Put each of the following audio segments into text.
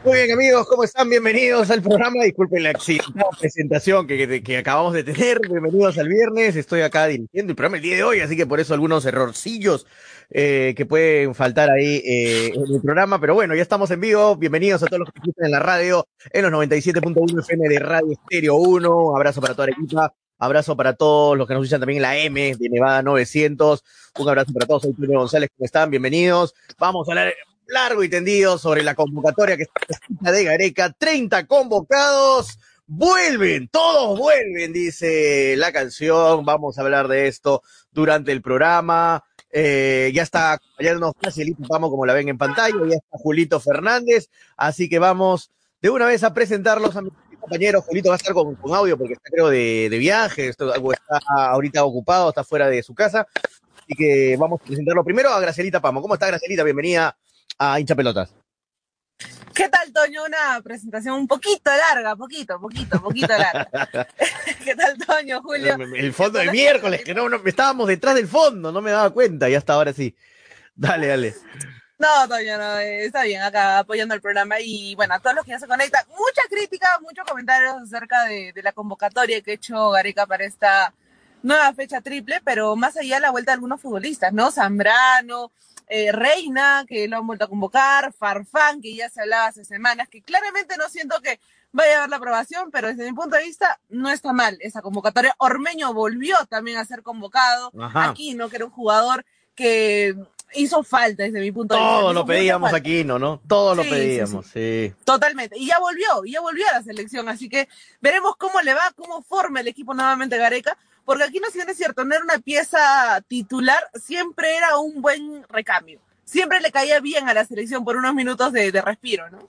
Muy bien, amigos, ¿cómo están? Bienvenidos al programa. Disculpen la accidentada presentación que acabamos de tener. Bienvenidos al viernes. Estoy acá dirigiendo el programa el día de hoy, así que por eso algunos errorcillos que pueden faltar ahí en el programa. Pero bueno, ya estamos en vivo. Bienvenidos a todos los que escuchan en la radio, en los 97.1 FM de Radio Estéreo 1. Un abrazo para toda la equipa. Abrazo para todos los que nos escuchan también en la M de Nevada 900. Un abrazo para todos. Soy Antonio González. ¿Cómo están? Bienvenidos. Vamos a hablar largo y tendido sobre la convocatoria que está de Gareca. 30 convocados. Vuelven, todos vuelven, dice la canción. Vamos a hablar de esto durante el programa. Ya está acompañándonos Gracielita Pamo, como la ven en pantalla. Ya está Julito Fernández. Así que vamos de una vez a presentarlos a mis compañeros. Julito va a estar con audio porque está, creo, de viaje. Está ahorita ocupado, está fuera de su casa. Así que vamos a presentarlo primero a Gracielita Pamo. ¿Cómo está, Gracielita? Bienvenida a Hincha Pelotas. ¿Qué tal, Toño? Una presentación un poquito larga, poquito larga. ¿Qué tal, Toño, Julio? El fondo de miércoles, que no, estábamos detrás del fondo, no me daba cuenta, y hasta ahora sí. Dale. No, Toño, no, está bien, acá apoyando el programa y bueno, a todos los que ya se conectan, mucha crítica, muchos comentarios acerca de la convocatoria que ha hecho Gareca para esta nueva fecha triple, pero más allá la vuelta de algunos futbolistas, ¿no? Zambrano, Reina, que lo han vuelto a convocar, Farfán, que ya se hablaba hace semanas, que claramente no siento que vaya a haber la aprobación, pero desde mi punto de vista no está mal esa convocatoria. Ormeño volvió también a ser convocado. Aquino, que era un jugador que hizo falta desde mi punto de vista. Todo lo pedíamos aquí, ¿no? Todo lo pedíamos, sí. Totalmente. Y ya volvió a la selección, así que veremos cómo le va, cómo forma el equipo nuevamente Gareca, porque aquí no, si bien es cierto, no era una pieza titular, siempre era un buen recambio. Siempre le caía bien a la selección por unos minutos de respiro, ¿no?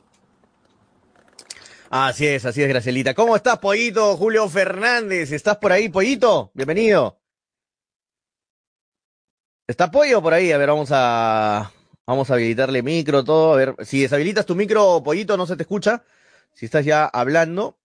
Así es, Gracielita. ¿Cómo estás, Pollito? Julio Fernández, ¿estás por ahí, Pollito? Bienvenido. ¿Está Pollo por ahí? A ver, vamos a habilitarle micro, todo. A ver, si deshabilitas tu micro, Pollito, no se te escucha. Si estás ya hablando.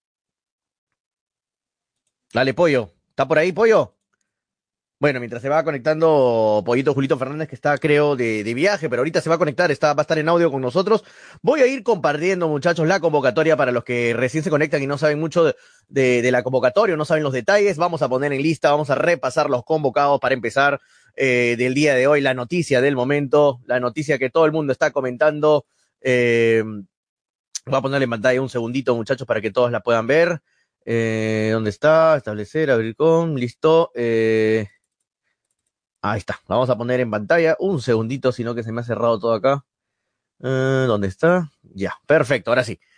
Dale, Pollo. ¿Está por ahí, Pollo? Bueno, mientras se va conectando Pollito Julito Fernández, que está, creo, de viaje, pero ahorita se va a conectar, va a estar en audio con nosotros. Voy a ir compartiendo, muchachos, la convocatoria para los que recién se conectan y no saben mucho de la convocatoria, no saben los detalles. Vamos a poner en lista, vamos a repasar los convocados para empezar del día de hoy, la noticia del momento, la noticia que todo el mundo está comentando. Voy a ponerle en pantalla un segundito, muchachos, para que todos la puedan ver. ¿Dónde está? Establecer, abrir con, listo. Ahí está, vamos a poner en pantalla un segundito, sino que se me ha cerrado todo acá. ¿Dónde está? Ya, perfecto, ahora sí.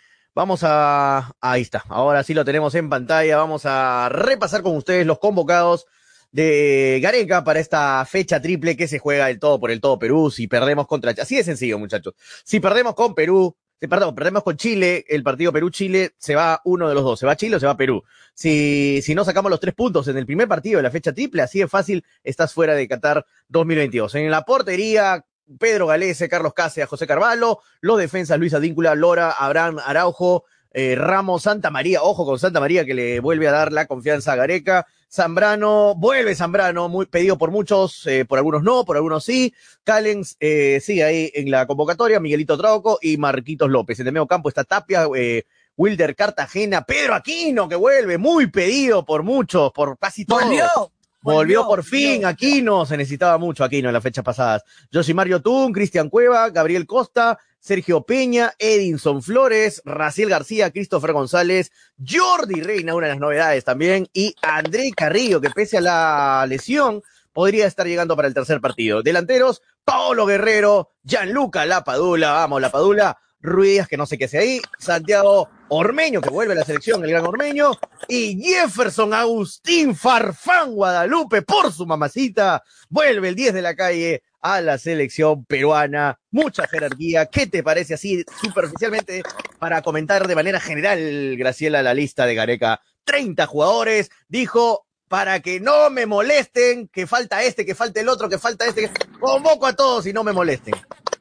Ahí está, ahora sí lo tenemos en pantalla. Vamos a repasar con ustedes los convocados de Gareca para esta fecha triple que se juega el todo por el todo Perú. Si perdemos así de sencillo, muchachos. Si perdemos con Perú, perdemos con Chile, el partido Perú-Chile, se va uno de los dos, se va Chile o se va Perú. Si no sacamos los 3 puntos en el primer partido de la fecha triple, así de fácil, estás fuera de Qatar 2022. En la portería, Pedro Galese, Carlos Cáceres, José Carvalho, los defensas Luis Advíncula, Lora, Abraham Araujo, Ramos, Santa María, ojo con Santa María que le vuelve a dar la confianza a Gareca. Vuelve Zambrano, muy pedido por muchos, por algunos no, por algunos sí. Callens sigue ahí en la convocatoria, Miguelito Trauco y Marquitos López. En el medio campo está Tapia, Wilder Cartagena, Pedro Aquino que vuelve, muy pedido por muchos, por casi todos. Volvió por fin Aquino, se necesitaba mucho Aquino en las fechas pasadas. Josimar Yotun, Cristian Cueva, Gabriel Costa, Sergio Peña, Edinson Flores, Raciel García, Christopher González, Jordi Reina, una de las novedades también, y André Carrillo, que pese a la lesión, podría estar llegando para el tercer partido. Delanteros, Paolo Guerrero, Gianluca Lapadula, vamos Lapadula, Ruiz, que no sé qué hace ahí, Santiago Ormeño, que vuelve a la selección, el gran Ormeño, y Jefferson Agustín Farfán Guadalupe, por su mamacita, vuelve el 10 de la calle a la selección peruana. Mucha jerarquía. ¿Qué te parece así superficialmente para comentar de manera general, Graciela, la lista de Gareca? 30 jugadores, dijo, para que no me molesten, que falta este, que falta el otro, que falta este, convoco a todos y no me molesten.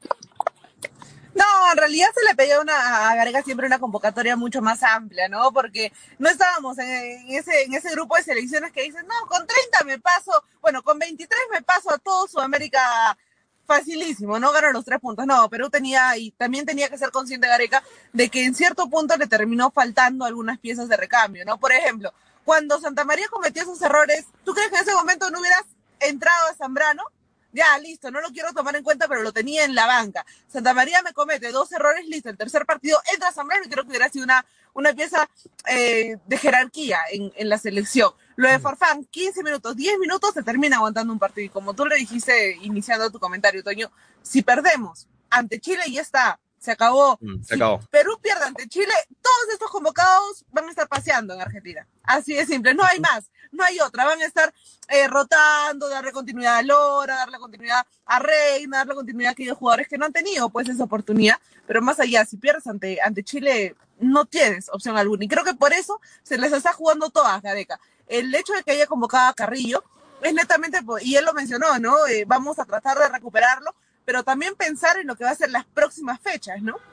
No, en realidad se le pedía a Gareca siempre una convocatoria mucho más amplia, ¿no? Porque no estábamos en ese grupo de selecciones que dicen, no, con 30 me paso, bueno, con 23 me paso a todo Sudamérica facilísimo, no ganó los 3 puntos. No, Perú tenía, y también tenía que ser consciente Gareca, de que en cierto punto le terminó faltando algunas piezas de recambio, ¿no? Por ejemplo, cuando Santa María cometió esos errores, ¿tú crees que en ese momento no hubieras entrado a Zambrano? Ya, listo, no lo quiero tomar en cuenta, pero lo tenía en la banca. Santa María me comete 2 errores, listo. El tercer partido entra Zambrano y creo que hubiera sido una pieza de jerarquía en la selección. Lo de Farfán, 15 minutos, 10 minutos, se termina aguantando un partido. Y como tú le dijiste iniciando tu comentario, Toño, si perdemos ante Chile, ya está, se acabó. Se acabó. Si Perú pierde ante Chile, todos estos convocados van a estar paseando en Argentina. Así de simple, no hay más, no hay otra. Van a estar rotando, darle continuidad a Lora, darle continuidad a Reina, darle continuidad a aquellos jugadores que no han tenido pues esa oportunidad. Pero más allá, si pierdes ante Chile, no tienes opción alguna. Y creo que por eso se les está jugando todas, Gareca. El hecho de que haya convocado a Carrillo es netamente, y él lo mencionó, ¿no? Vamos a tratar de recuperarlo, pero también pensar en lo que va a ser las próximas fechas, ¿no?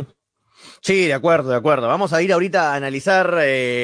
Sí, de acuerdo, de acuerdo. Vamos a ir ahorita a analizar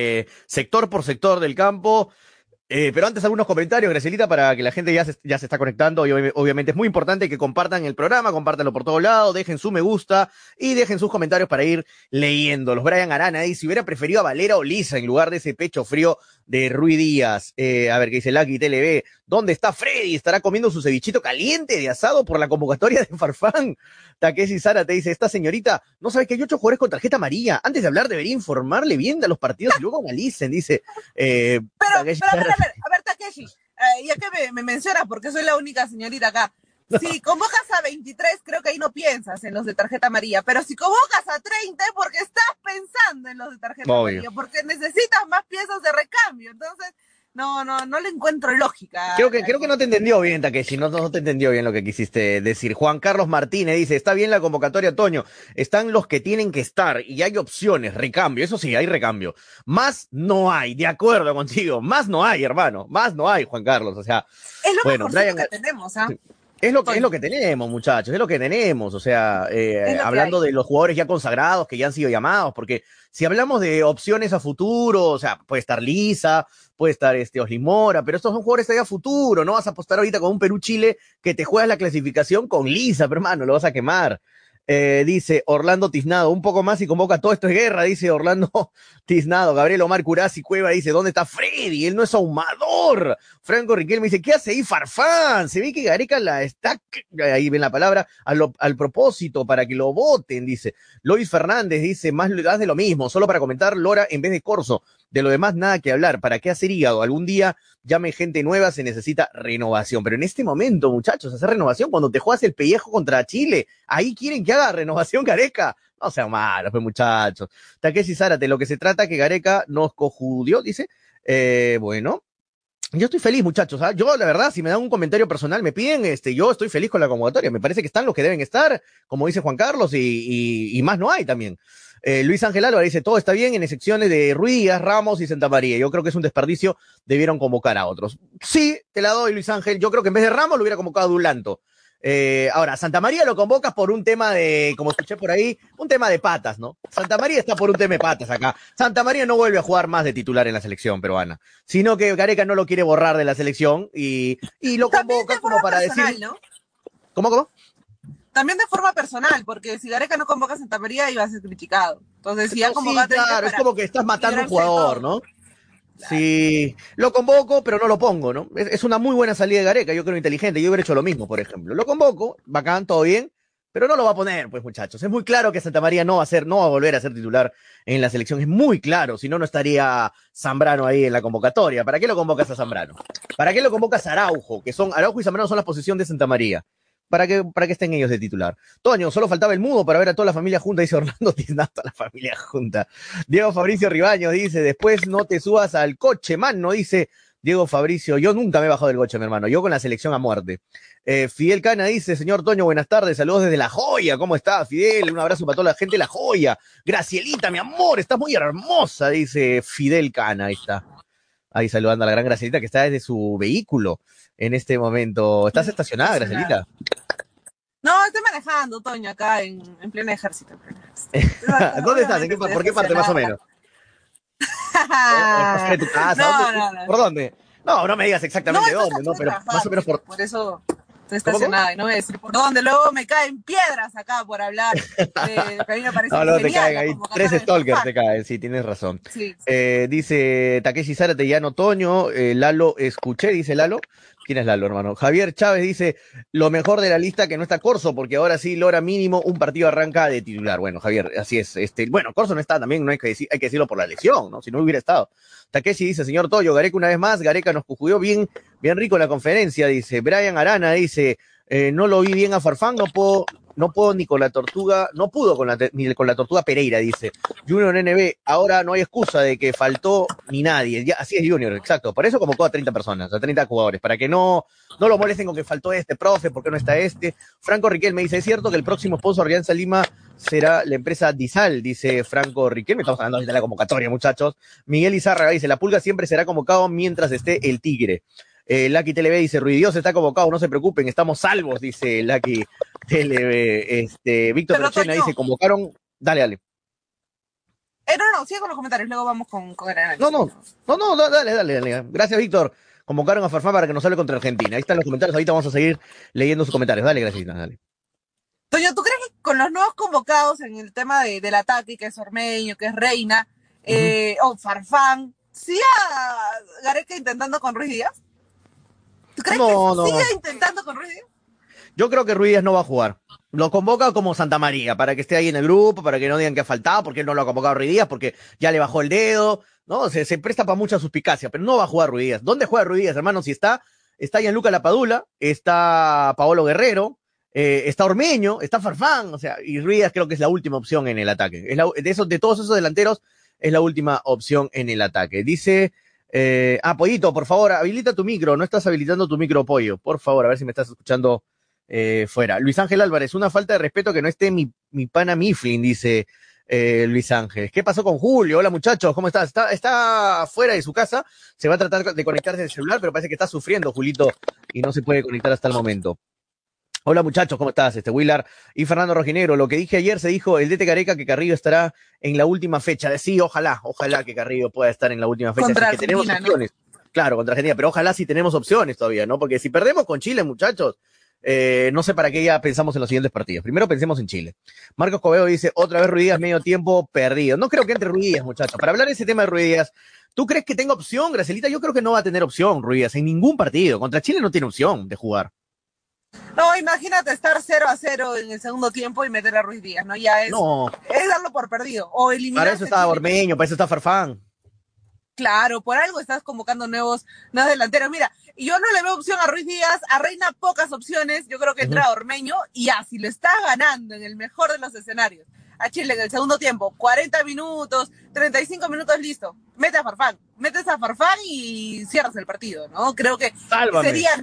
sector por sector del campo. Pero antes algunos comentarios, Gracielita, para que la gente ya se está conectando y obviamente es muy importante que compartan el programa, compártanlo por todos lados, dejen su me gusta y dejen sus comentarios para ir leyéndolos. Brian Arana dice, si hubiera preferido a Valera o Lisa en lugar de ese pecho frío de Rui Díaz. A ver, ¿qué dice Lucky TLB? ¿Dónde está Freddy? ¿Estará comiendo su cevichito caliente de asado por la convocatoria de Farfán? Takeshi Sara te dice, esta señorita no sabe que hay 8 jugadores con tarjeta amarilla. Antes de hablar debería informarle bien de los partidos y luego analicen, dice. Pero, a ver, Takeshi, ya que me mencionas, porque soy la única señorita acá, si convocas a 23, creo que ahí no piensas en los de tarjeta amarilla, pero si convocas a 30, porque estás pensando en los de tarjeta amarilla, porque necesitas más piezas de recambio, entonces no le encuentro lógica. Creo que no te entendió bien, Takeshi, no te entendió bien lo que quisiste decir. Juan Carlos Martínez dice, está bien la convocatoria, Toño, están los que tienen que estar y hay opciones, recambio, eso sí, hay recambio. Más no hay, de acuerdo contigo, más no hay, hermano, más no hay, Juan Carlos, o sea. Es lo bueno, Brian, que tenemos, ¿ah? Es lo que tenemos, muchachos, es lo que tenemos, o sea, hablando de los jugadores ya consagrados que ya han sido llamados, porque si hablamos de opciones a futuro, o sea, puede estar Lisa, puede estar Oslin Mora, pero estos son jugadores ahí a futuro, no vas a apostar ahorita con un Perú-Chile que te juegas la clasificación con Lisa, pero hermano, lo vas a quemar. Dice Orlando Tiznado, un poco más y convoca todo esto es guerra, dice Orlando Tiznado. Gabriel Omar Curazzi Cueva dice, ¿dónde está Freddy? Él no es ahumador. Franco Riquelme dice, ¿qué hace ahí Farfán? Se ve que Gareca la está, ahí ven la palabra, al propósito, para que lo voten, dice. Lois Fernández dice, más de lo mismo, solo para comentar Lora en vez de Corso. De lo demás, nada que hablar. ¿Para qué hacer hígado? Algún día llame gente nueva, se necesita renovación. Pero en este momento, muchachos, hacer renovación cuando te juegas el pellejo contra Chile, ahí quieren que haga renovación Gareca. No sean malos, pues, muchachos. Takeshi Zárate, lo que se trata que Gareca nos cojudió, dice. Bueno. Yo estoy feliz, muchachos. ¿Ah? Yo, la verdad, si me dan un comentario personal, me piden, yo estoy feliz con la convocatoria. Me parece que están los que deben estar, como dice Juan Carlos, y más no hay también. Luis Ángel Álvarez dice, todo está bien en excepciones de Ruiz, Ramos y Santa María. Yo creo que es un desperdicio, debieron convocar a otros. Sí, te la doy, Luis Ángel. Yo creo que en vez de Ramos lo hubiera convocado a Dulanto. Ahora, Santa María lo convocas por un tema de, como escuché por ahí, un tema de patas, ¿no? Santa María está por un tema de patas acá. Santa María no vuelve a jugar más de titular en la selección peruana, sino que Gareca no lo quiere borrar de la selección y lo convoca como para personal, decir... ¿no? ¿Cómo? También de forma personal, porque si Gareca no convoca a Santa María iba a ser criticado. Entonces, si ya convoca sí, claro, es como que estás matando a un jugador, ¿no? Claro. Sí, lo convoco, pero no lo pongo, ¿no? Es una muy buena salida de Gareca, yo creo inteligente, yo hubiera hecho lo mismo, por ejemplo. Lo convoco, bacán, todo bien, pero no lo va a poner, pues, muchachos. Es muy claro que Santa María no va a volver a ser titular en la selección, es muy claro, si no, no estaría Zambrano ahí en la convocatoria. ¿Para qué lo convocas a Zambrano? ¿Para qué lo convocas a Araujo? Araujo y Zambrano son la posición de Santa María. ¿Para que estén ellos de titular? Toño, solo faltaba el mudo para ver a toda la familia junta, dice Orlando Tiznato, la familia junta. Diego Fabricio Ribaño dice, después no te subas al coche, mano, dice Diego Fabricio. Yo nunca me he bajado del coche, mi hermano, yo con la selección a muerte. Fidel Cana dice, señor Toño, buenas tardes, saludos desde La Joya, ¿cómo está, Fidel? Un abrazo para toda la gente de La Joya. Gracielita, mi amor, estás muy hermosa, dice Fidel Cana, ahí está. Ahí saludando a la gran Gracielita que está desde su vehículo en este momento. ¿Estás estacionada, Gracielita? No, estoy manejando, Toño, acá en pleno ejército. ¿Dónde estás? ¿Por qué parte más o menos? ¿De tu casa? No. ¿Por dónde? No me digas exactamente dónde, ¿no? Pero más o menos por eso. Estoy ¿Cómo, cómo? estacionada y no voy a decir por dónde, luego me caen piedras acá por hablar de lo que a mí me parece No, luego te genial, caen la ahí tres convocatoria de stalkers, te Farfán. caen, sí, tienes razón. Sí, sí. Dice Takeshi Zárate, Llano Toño, Lalo, escuché, dice Lalo. ¿Quién es Lalo, hermano? Javier Chávez dice, lo mejor de la lista que no está Corso, porque ahora sí, Lora mínimo, un partido arranca de titular. Bueno, Javier, así es. Bueno, Corso no está también, no hay que decir, hay que decirlo por la lesión, ¿no? Si no hubiera estado. Takeshi dice, señor Toyo, Gareca una vez más, Gareca nos jugó bien, bien rico en la conferencia, dice. Brian Arana dice, no lo vi bien a Farfán, no puedo ni con la tortuga, no pudo con ni con la tortuga Pereira, dice. Junior NB, ahora no hay excusa de que faltó ni nadie. Ya, así es Junior, exacto. Por eso convocó a 30 personas, a 30 jugadores, para que no lo molesten con que faltó este profe, ¿por qué no está este? Franco Riquel me dice, ¿es cierto que el próximo sponsor de Alianza Lima será la empresa Dizal? Dice Franco Riquel, me estamos hablando de la convocatoria, muchachos. Miguel Izárraga dice, la Pulga siempre será convocado mientras esté el Tigre. Lucky TLB dice, Ruidios está convocado, no se preocupen, estamos salvos, dice Lucky TLB. Víctor Pero Rochena dice, Toño, convocaron, dale, dale. no, sigue con los comentarios, luego vamos con el No, análisis, no, por favor. no, dale, dale, dale. Gracias, Víctor. Convocaron a Farfán para que nos hable contra Argentina. Ahí están los comentarios, ahorita vamos a seguir leyendo sus comentarios. Dale, gracias, dale. Toño, ¿tú crees que con los nuevos convocados en el tema del ataque, que es Ormeño, que es Reina, Uh -huh. o Farfán, siga Gareca intentando con Ruiz Díaz? ¿Tú crees que No, siga no. intentando con Ruiz Díaz? Yo creo que Ruiz Díaz no va a jugar. Lo convoca como Santa María, para que esté ahí en el grupo, para que no digan que ha faltado, porque él no lo ha convocado a Ruiz Díaz, porque ya le bajó el dedo, ¿no? Se presta para mucha suspicacia, pero no va a jugar Ruiz Díaz. ¿Dónde juega Ruiz Díaz, hermano? Si está Gianluca Lapadula, está Paolo Guerrero, está Ormeño, está Farfán, o sea, y Ruiz Díaz creo que es la última opción en el ataque. De todos esos delanteros, es la última opción en el ataque. Dice, Pollito, por favor, habilita tu micro, no estás habilitando tu micro, Pollo, por favor, a ver si me estás escuchando fuera. Luis Ángel Álvarez, una falta de respeto que no esté mi pana Mifflin, dice Luis Ángel. ¿Qué pasó con Julio? Hola muchachos, ¿cómo estás? Está fuera de su casa, se va a tratar de conectarse al celular, pero parece que está sufriendo Julito y no se puede conectar hasta el momento. Hola muchachos, ¿cómo estás? Willard y Fernando Rojinegro. Lo que dije ayer se dijo el DT Gareca que Carrillo estará en la última fecha. Sí, ojalá que Carrillo pueda estar en la última fecha. Contra Así que tenemos opciones. ¿No? Claro, contra Argentina, pero ojalá sí tenemos opciones todavía, ¿no? Porque si perdemos con Chile, muchachos, no sé para qué ya pensamos en los siguientes partidos. Primero pensemos en Chile. Marcos Cobedo dice, otra vez Ruiz Díaz, medio tiempo perdido. No creo que entre Ruiz Díaz, muchachos. Para hablar de ese tema de Ruiz Díaz, ¿tú crees que tenga opción, Gracelita? Yo creo que no va a tener opción Ruiz Díaz en ningún partido. Contra Chile no tiene opción de jugar. No, imagínate estar 0-0 en el segundo tiempo y meter a Ruiz Díaz, ¿no? Es darlo por perdido. O eliminar. Para eso está Ormeño, para eso está Farfán. Claro, por algo estás convocando nuevos delanteros. Mira, yo no le veo opción a Ruiz Díaz, a Reina pocas opciones, yo creo que entra Ormeño y ya, si lo está ganando en el mejor de los escenarios, a Chile en el segundo tiempo, 40 minutos, 35 minutos, listo, metes a Farfán y cierras el partido, ¿no? Creo que sería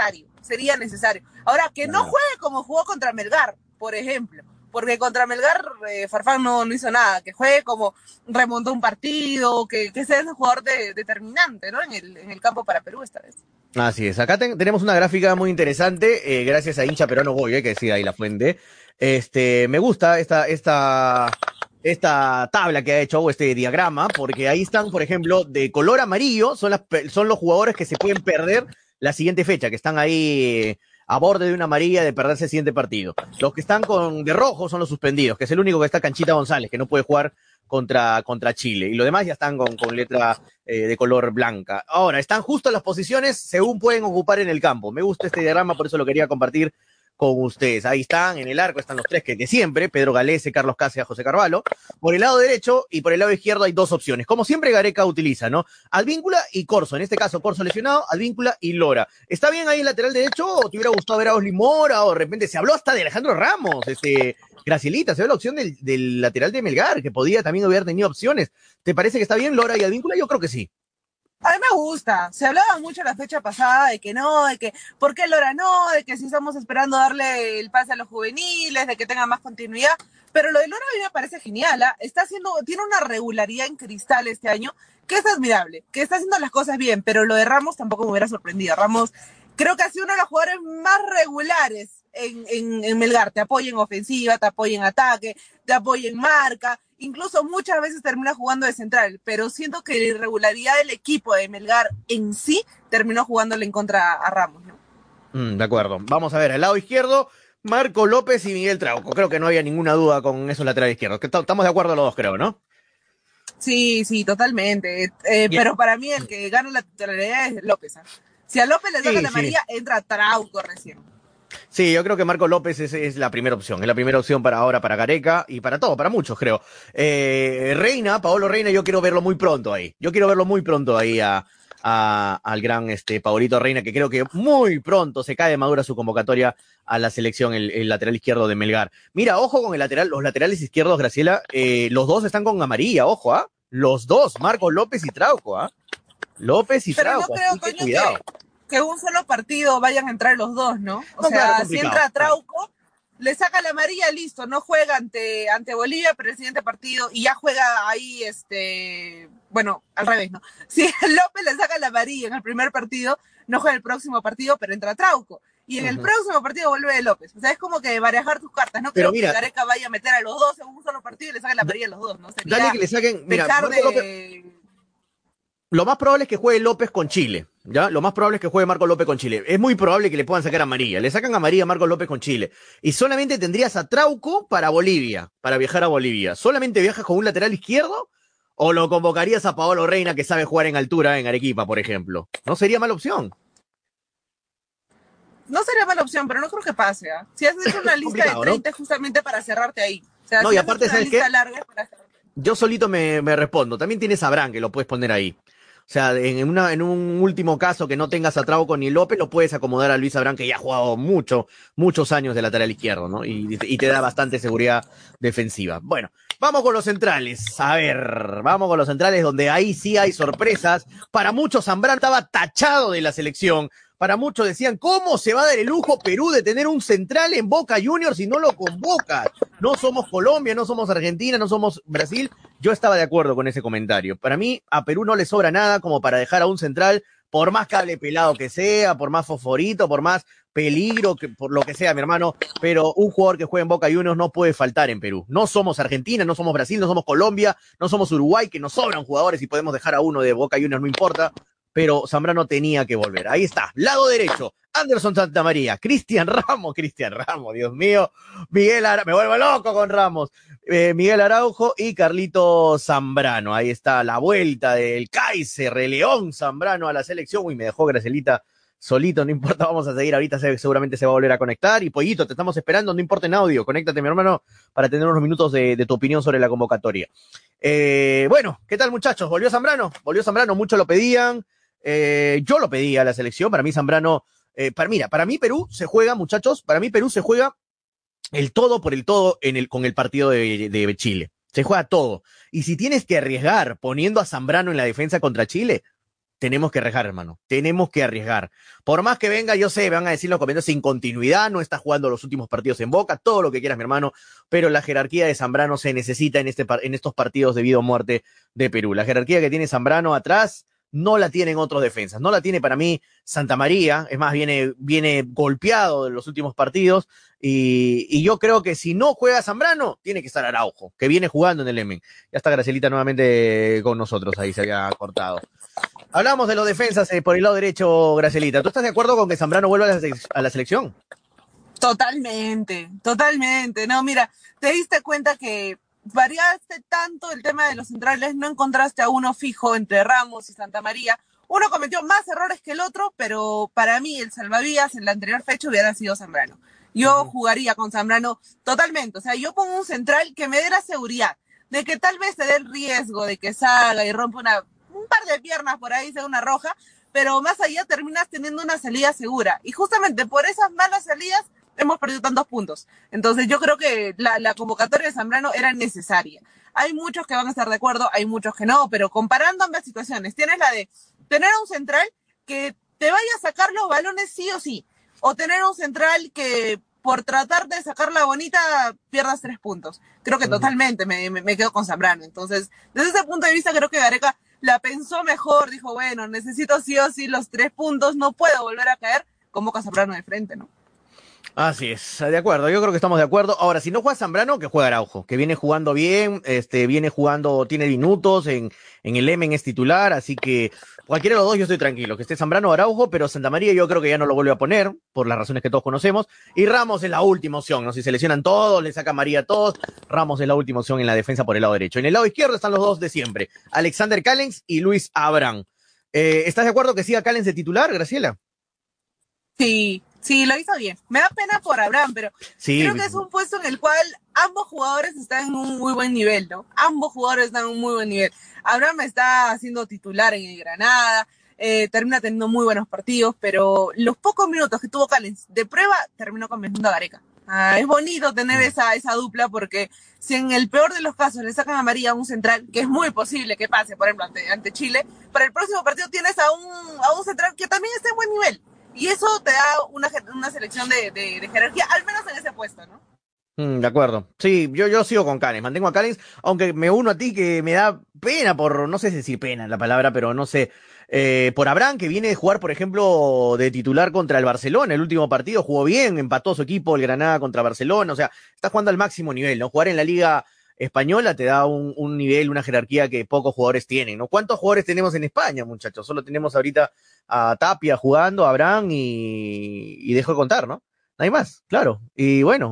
necesario. Ahora, que no juegue como jugó contra Melgar, por ejemplo, porque contra Melgar Farfán no hizo nada, que juegue como remontó un partido, que sea ese jugador determinante, ¿no? En el campo para Perú esta vez. Así es, acá tenemos una gráfica muy interesante, gracias a hincha peruano Goy, que decía ahí la fuente. Me gusta esta tabla que ha hecho, o este diagrama, porque ahí están, por ejemplo, de color amarillo, son los jugadores que se pueden perder la siguiente fecha, que están ahí a borde de una amarilla de perderse el siguiente partido. Los que están de rojo son los suspendidos, que es el único que está Canchita González, que no puede jugar contra Chile. Y los demás ya están con letra de color blanca. Ahora, están justo las posiciones según pueden ocupar en el campo. Me gusta este diagrama, por eso lo quería compartir con ustedes. Ahí están, en el arco están los tres que de siempre, Pedro Galese, Carlos Cáceres, José Carvalho. Por el lado derecho y por el lado izquierdo hay dos opciones. Como siempre Gareca utiliza, ¿no? Advíncula y Corso. En este caso, Corso lesionado, Advíncula y Lora. ¿Está bien ahí el lateral derecho o te hubiera gustado ver a Osli Mora o de repente se habló hasta de Alejandro Ramos? Gracielita, se ve la opción del lateral de Melgar, que podía también haber tenido opciones. ¿Te parece que está bien Lora y Advíncula? Yo creo que sí. A mí me gusta. Se hablaba mucho la fecha pasada de que no, de que ¿por qué Lora no? De que si estamos esperando darle el pase a los juveniles, de que tenga más continuidad. Pero lo de Lora a mí me parece genial. ¿Eh? Tiene una regularidad en Cristal este año que es admirable, que está haciendo las cosas bien, pero lo de Ramos tampoco me hubiera sorprendido. Ramos creo que ha sido uno de los jugadores más regulares en Melgar. Te apoya en ofensiva, te apoya en ataque, te apoya en marca. Incluso muchas veces termina jugando de central, pero siento que la irregularidad del equipo de Melgar en sí terminó jugándole en contra a Ramos, ¿no? De acuerdo. Vamos a ver, al lado izquierdo, Marco López y Miguel Trauco. Creo que no había ninguna duda con esos laterales izquierdos. Estamos de acuerdo los dos, creo, ¿no? Sí, sí, totalmente. Bien. Pero para mí el que gana la titularidad es López. ¿Ah? Si a López le saca Sí, la sí. amarilla, entra Trauco recién. Sí, yo creo que Marco López es la primera opción. Es la primera opción para ahora, para Gareca y para todo, para muchos, creo. Reina, Paolo Reina, yo quiero verlo muy pronto ahí. Yo quiero verlo muy pronto ahí al gran Paolito Reina, que creo que muy pronto se cae de madura su convocatoria a la selección, el lateral izquierdo de Melgar. Mira, ojo con el lateral, los laterales izquierdos, Graciela, los dos están con amarilla, ojo, ¿ah? Los dos, Marco López y Trauco, ¿ah? López y Pero no Trauco, creo, así que Toño, cuidado. que un solo partido vayan a entrar los dos, ¿no? O No, claro, sea, si complicado. entra Trauco, le saca la amarilla, listo, no juega ante Bolivia, pero el siguiente partido, y ya juega ahí, bueno, al revés, ¿no? Si López le saca la amarilla en el primer partido, no juega el próximo partido, pero entra Trauco. Y en el próximo partido vuelve López. O sea, es como que barajar tus cartas. No Pero creo que mira, Gareca vaya a meter a los dos en un solo partido y le saque la amarilla a los dos, ¿no? dale Sería que le saquen, mira, pecar Marco López, de... lo más probable es que juegue López con Chile, ¿ya? Lo más probable es que juegue Marco López con Chile. Es muy probable que le puedan sacar amarilla. Le sacan amarilla a Marco López con Chile. Y solamente tendrías a Trauco para Bolivia, para viajar a Bolivia. ¿Solamente viajas con un lateral izquierdo? ¿O lo convocarías a Paolo Reina, que sabe jugar en altura en Arequipa, por ejemplo? No sería mala opción. No sería mala opción, pero no creo que pase. ¿Ah? Si has hecho una lista de Complicado, ¿no? 30 es justamente para cerrarte ahí. O sea, No, y si has hecho aparte, una ¿sabes qué? lista larga es para cerrarte. Yo solito me respondo. También tienes a Bran, que lo puedes poner ahí. O sea, en un último caso que no tengas a Trauco ni López, lo puedes acomodar a Luis Abrán, que ya ha jugado muchos años de lateral izquierdo, ¿no? Y te da bastante seguridad defensiva. Bueno, vamos con los centrales. A ver, vamos con los centrales, donde ahí sí hay sorpresas. Para muchos, Zambrano estaba tachado de la selección. Para muchos decían, ¿cómo se va a dar el lujo Perú de tener un central en Boca Juniors si no lo convoca? No somos Colombia, no somos Argentina, no somos Brasil. Yo estaba de acuerdo con ese comentario. Para mí, a Perú no le sobra nada como para dejar a un central, por más cable pelado que sea, por más fosforito, por más peligro, por lo que sea, mi hermano, pero un jugador que juega en Boca Juniors no puede faltar en Perú. No somos Argentina, no somos Brasil, no somos Colombia, no somos Uruguay, que nos sobran jugadores y podemos dejar a uno de Boca Juniors, no importa, pero Zambrano tenía que volver. Ahí está, lado derecho, Anderson Santamaría, Cristian Ramos, Dios mío, Miguel Araujo, me vuelvo loco con Ramos, Miguel Araujo y Carlito Zambrano. Ahí está la vuelta del Kaiser, el León Zambrano a la selección. Uy, me dejó Gracelita solito, no importa, vamos a seguir. Ahorita seguramente se va a volver a conectar. Y Pollito, te estamos esperando, no importa en audio. Conéctate, mi hermano, para tener unos minutos de tu opinión sobre la convocatoria. Bueno, ¿qué tal, muchachos? ¿Volvió Zambrano? Muchos lo pedían. Yo lo pedía a la selección. Para mí, Zambrano. Para mí Perú se juega, muchachos. Para mí Perú se juega el todo por el todo con el partido de Chile. Se juega todo. Y si tienes que arriesgar poniendo a Zambrano en la defensa contra Chile, tenemos que arriesgar, hermano. Tenemos que arriesgar. Por más que venga, yo sé, me van a decir los comentarios sin continuidad, no está jugando los últimos partidos en Boca, todo lo que quieras, mi hermano, pero la jerarquía de Zambrano se necesita en estos partidos de vida o muerte de Perú. La jerarquía que tiene Zambrano atrás no la tienen otros defensas. No la tiene para mí Santamaría, es más, viene golpeado en los últimos partidos y yo creo que si no juega Zambrano, tiene que estar Araujo, que viene jugando en el Emen. Ya está Gracelita nuevamente con nosotros, ahí se había cortado. Hablamos de los defensas por el lado derecho, Gracelita. ¿Tú estás de acuerdo con que Zambrano vuelva a la selección? Totalmente, totalmente. No, mira, te diste cuenta que variaste tanto el tema de los centrales, no encontraste a uno fijo entre Ramos y Santamaría. Uno cometió más errores que el otro, pero para mí el salvavidas en la anterior fecha hubiera sido Zambrano. Yo jugaría con Zambrano totalmente. O sea, yo pongo un central que me dé la seguridad de que tal vez se dé el riesgo de que salga y rompa un par de piernas por ahí, sea una roja, pero más allá terminas teniendo una salida segura. Y justamente por esas malas salidas hemos perdido tantos puntos. Entonces yo creo que la convocatoria de Zambrano era necesaria. Hay muchos que van a estar de acuerdo, hay muchos que no, pero comparando ambas situaciones, tienes la de tener un central que te vaya a sacar los balones sí o sí, o tener un central que por tratar de sacar la bonita pierdas 3 puntos. Creo que totalmente me quedo con Zambrano. Entonces, desde ese punto de vista creo que Gareca la pensó mejor, dijo, bueno, necesito sí o sí los 3 puntos, no puedo volver a caer, convoca a Zambrano de frente, ¿no? Así es, de acuerdo, yo creo que estamos de acuerdo. Ahora, si no juega Zambrano, que juega Araujo, que viene jugando bien, viene jugando, tiene minutos, en el Emen es titular, así que cualquiera de los dos yo estoy tranquilo, que esté Zambrano o Araujo, pero Santa María yo creo que ya no lo vuelve a poner, por las razones que todos conocemos, y Ramos es la última opción, ¿no? Si se lesionan todos, le saca María a todos, Ramos es la última opción en la defensa por el lado derecho. En el lado izquierdo están los dos de siempre, Alexander Callens y Luis Abraham. ¿Estás de acuerdo que siga Callens de titular, Graciela? Sí, sí, lo hizo bien. Me da pena por Abraham, pero Sí. creo que es un puesto en el cual ambos jugadores están en un muy buen nivel, ¿no? Ambos jugadores están en un muy buen nivel. Abraham está siendo titular en el Granada, termina teniendo muy buenos partidos, pero los pocos minutos que tuvo Callens de prueba terminó convenciendo a Gareca. Es bonito tener esa dupla porque si en el peor de los casos le sacan a María a un central, que es muy posible que pase, por ejemplo, ante Chile, para el próximo partido tienes a un central que también está en buen nivel. Y eso te da una selección de jerarquía, al menos en ese puesto, ¿no? De acuerdo. Sí, yo sigo con Callens, mantengo a Callens, aunque me uno a ti que me da pena por, no sé si decir pena la palabra, pero no sé, por Abraham, que viene de jugar, por ejemplo, de titular contra el Barcelona, el último partido, jugó bien, empató su equipo, el Granada contra Barcelona, o sea, está jugando al máximo nivel, ¿no? Jugar en la Liga Española te da un nivel, una jerarquía que pocos jugadores tienen, ¿no? ¿Cuántos jugadores tenemos en España, muchachos? Solo tenemos ahorita a Tapia jugando, a Abraham y dejo de contar, ¿no? No hay más, claro. Y bueno,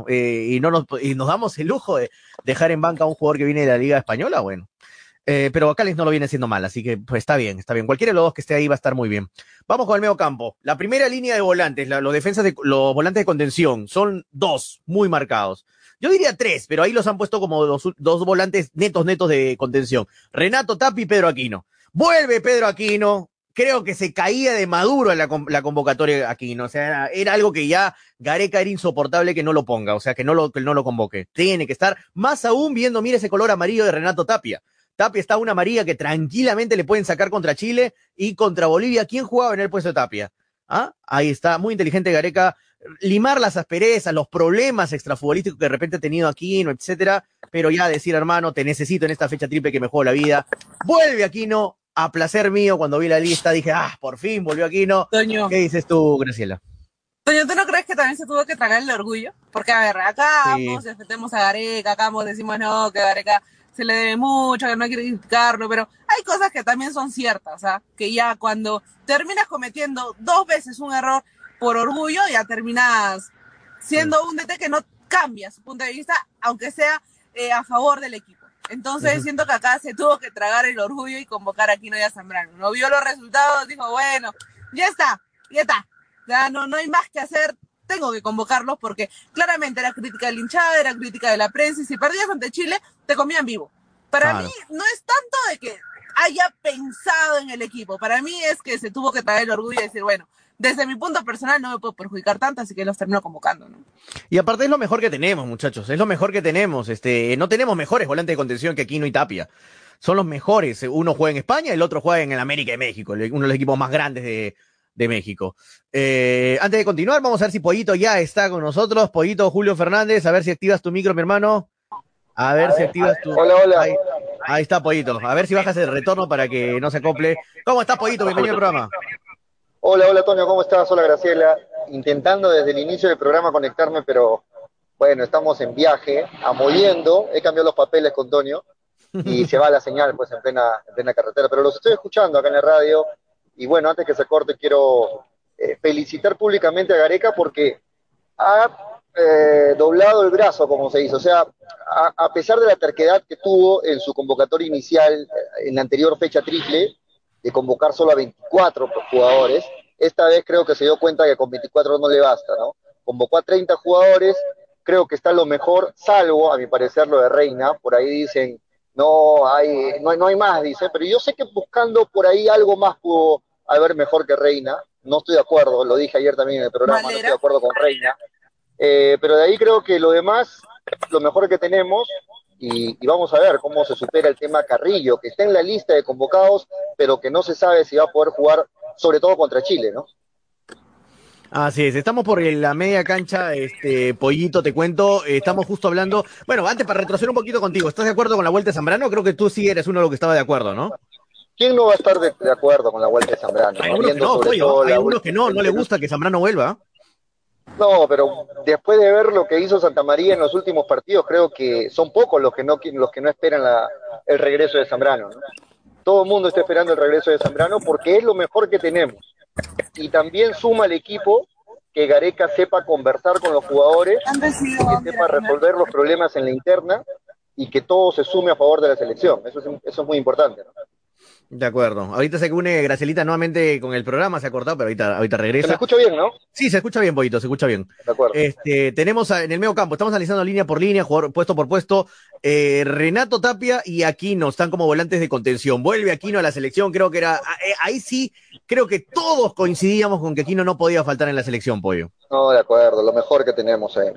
y nos damos el lujo de dejar en banca a un jugador que viene de la Liga Española, bueno. Pero Callens no lo viene haciendo mal, así que pues está bien, está bien. Cualquiera de los dos que esté ahí va a estar muy bien. Vamos con el medio campo. La primera línea de volantes, los volantes de contención, son dos muy marcados. Yo diría tres, pero ahí los han puesto como dos volantes netos de contención. Renato Tapia y Pedro Aquino. Vuelve Pedro Aquino. Creo que se caía de maduro en la convocatoria Aquino. O sea, era algo que ya Gareca era insoportable que no lo ponga, o sea, que no lo convoque. Tiene que estar, más aún viendo, mire ese color amarillo de Renato Tapia. Tapia está una amarilla que tranquilamente le pueden sacar contra Chile y contra Bolivia. ¿Quién jugaba en el puesto de Tapia? ¿Ah? Ahí está, muy inteligente Gareca. Limar las asperezas, los problemas extrafutbolísticos que de repente ha tenido Aquino, etcétera. Pero ya decir, hermano, te necesito en esta fecha triple que me juego la vida. Vuelve Aquino, a placer mío, cuando vi la lista dije, por fin volvió Aquino. Toño. ¿Qué dices tú, Graciela? Toño, ¿tú no crees que también se tuvo que tragar el orgullo? Porque, a ver, acá Sí. ambos defendemos a Gareca, acá ambos decimos no, que Gareca se le debe mucho, que no hay que criticarlo, pero hay cosas que también son ciertas, ¿ah? Que ya cuando terminas cometiendo 2 veces un error por orgullo, ya terminas siendo un DT que no cambia su punto de vista, aunque sea a favor del equipo. Entonces siento que acá se tuvo que tragar el orgullo y convocar a Aquino y a Zambrano. No vio los resultados, dijo, bueno, ya está. Ya no hay más que hacer, tengo que convocarlos porque claramente era crítica de la hinchada, era crítica de la prensa y si perdías ante Chile, te comían vivo. Para mí no es tanto de que haya pensado en el equipo, para mí es que se tuvo que traer el orgullo y decir, bueno, desde mi punto personal no me puedo perjudicar tanto, así que los termino convocando, ¿no? Y aparte es lo mejor que tenemos, muchachos, es lo mejor que tenemos. No tenemos mejores volantes de contención que Aquino y Tapia. Son los mejores. Uno juega en España, el otro juega en el América de México, uno de los equipos más grandes de México. Antes de continuar, vamos a ver si Pollito ya está con nosotros. Pollito, Julio Fernández, a ver si activas tu micro, mi hermano. A ver si activas tu... Hola. Ahí está, Pollito. A ver si bajas el retorno para que no se acople. ¿Cómo estás, Pollito? Bienvenido al programa. Hola, Toño, ¿cómo estás? Hola, Graciela. Intentando desde el inicio del programa conectarme, pero bueno, estamos en viaje, amoliendo. He cambiado los papeles con Toño y se va la señal pues en plena carretera, pero los estoy escuchando acá en la radio. Y bueno, antes que se corte, quiero felicitar públicamente a Gareca porque ha doblado el brazo, como se dice. O sea, a pesar de la terquedad que tuvo en su convocatoria inicial, en la anterior fecha triple, de convocar solo a 24 jugadores, esta vez creo que se dio cuenta que con 24 no le basta, ¿no? Convocó a 30 jugadores, creo que está lo mejor, salvo, a mi parecer, lo de Reina. Por ahí dicen, no hay más, dice, pero yo sé que buscando por ahí algo más pudo haber mejor que Reina. No estoy de acuerdo, lo dije ayer también en el programa, no estoy de acuerdo con Reina. Pero de ahí creo que lo demás, lo mejor que tenemos, y vamos a ver cómo se supera el tema Carrillo, que está en la lista de convocados, pero que no se sabe si va a poder jugar, sobre todo contra Chile, ¿no? Así es, estamos por la media cancha, Pollito, te cuento, estamos justo hablando, bueno, antes para retroceder un poquito contigo, ¿estás de acuerdo con la vuelta de Zambrano? Creo que tú sí eres uno de los que estaba de acuerdo, ¿no? ¿Quién no va a estar de acuerdo con la vuelta de Zambrano? Hay algunos que no, hay algunos que no le gusta que Zambrano vuelva. No, pero después de ver lo que hizo Santa María en los últimos partidos, creo que son pocos los que no esperan el regreso de Zambrano, ¿no? todo el mundo está esperando el regreso de Zambrano porque es lo mejor que tenemos. Y también suma al equipo que Gareca sepa conversar con los jugadores, Han decidido que sepa resolver los problemas en la interna y que todo se sume a favor de la selección. Eso es muy importante, ¿no? De acuerdo. Ahorita se une Gracielita nuevamente con el programa, se ha cortado, pero ahorita Se me regresa. escucha bien, ¿no? Sí, se escucha bien, Pollito, se escucha bien. De acuerdo. Tenemos en el medio campo, estamos analizando línea por línea, jugador puesto por puesto. Renato Tapia y Aquino están como volantes de contención. Vuelve Aquino a la selección, creo que era. Ahí sí, creo que todos coincidíamos con que Aquino no podía faltar en la selección, Pollo. No, de acuerdo, lo mejor que tenemos ahí.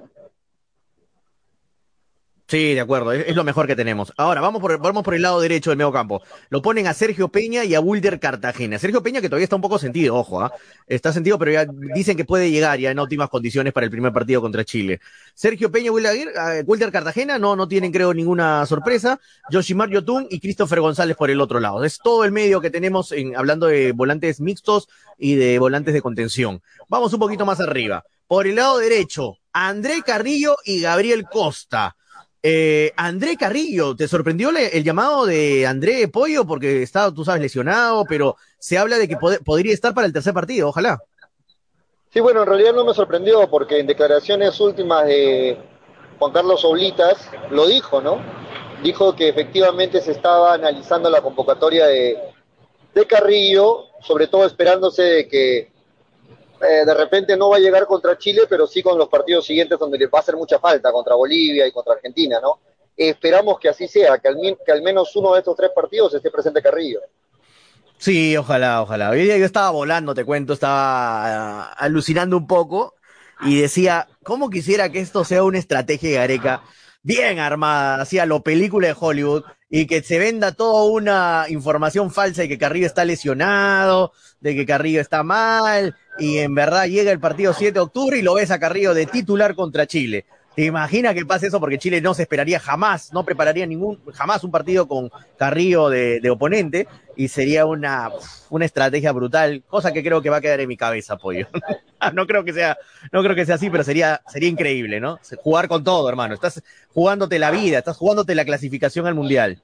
Sí, de acuerdo, es lo mejor que tenemos. Ahora, vamos por el lado derecho del medio campo. Lo ponen a Sergio Peña y a Wilder Cartagena. Sergio Peña que todavía está un poco sentido, ojo, está sentido, pero ya dicen que puede llegar ya en óptimas condiciones para el primer partido contra Chile. Sergio Peña y Wilder Cartagena no tienen, creo, ninguna sorpresa. Yoshimar Yotun y Christopher González por el otro lado. Es todo el medio que tenemos hablando de volantes mixtos y de volantes de contención. Vamos un poquito más arriba. Por el lado derecho, André Carrillo y Gabriel Costa. André Carrillo, ¿te sorprendió el llamado de André Pollo? Porque estaba, tú sabes, lesionado, pero se habla de que podría estar para el tercer partido, ojalá. Sí, bueno, en realidad no me sorprendió porque en declaraciones últimas de Juan Carlos Oblitas lo dijo, ¿no? Dijo que efectivamente se estaba analizando la convocatoria de Carrillo, sobre todo esperándose de que de repente no va a llegar contra Chile, pero sí con los partidos siguientes donde le va a hacer mucha falta, contra Bolivia y contra Argentina, ¿no? Esperamos que así sea, que al menos uno de estos tres partidos esté presente Carrillo. Sí, ojalá. Hoy día yo estaba volando, te cuento, estaba alucinando un poco y decía, ¿cómo quisiera que esto sea una estrategia de Gareca bien armada, así a lo película de Hollywood, y que se venda toda una información falsa de que Carrillo está lesionado, de que Carrillo está mal, y en verdad llega el partido 7 de octubre y lo ves a Carrillo de titular contra Chile? ¿Te imaginas que pase eso? Porque Chile no se esperaría jamás, no prepararía jamás un partido con Carrillo de oponente, y sería una estrategia brutal, cosa que creo que va a quedar en mi cabeza, Pollo. No creo que sea así, pero sería increíble, ¿no? Jugar con todo, hermano. Estás jugándote la vida, estás jugándote la clasificación al Mundial.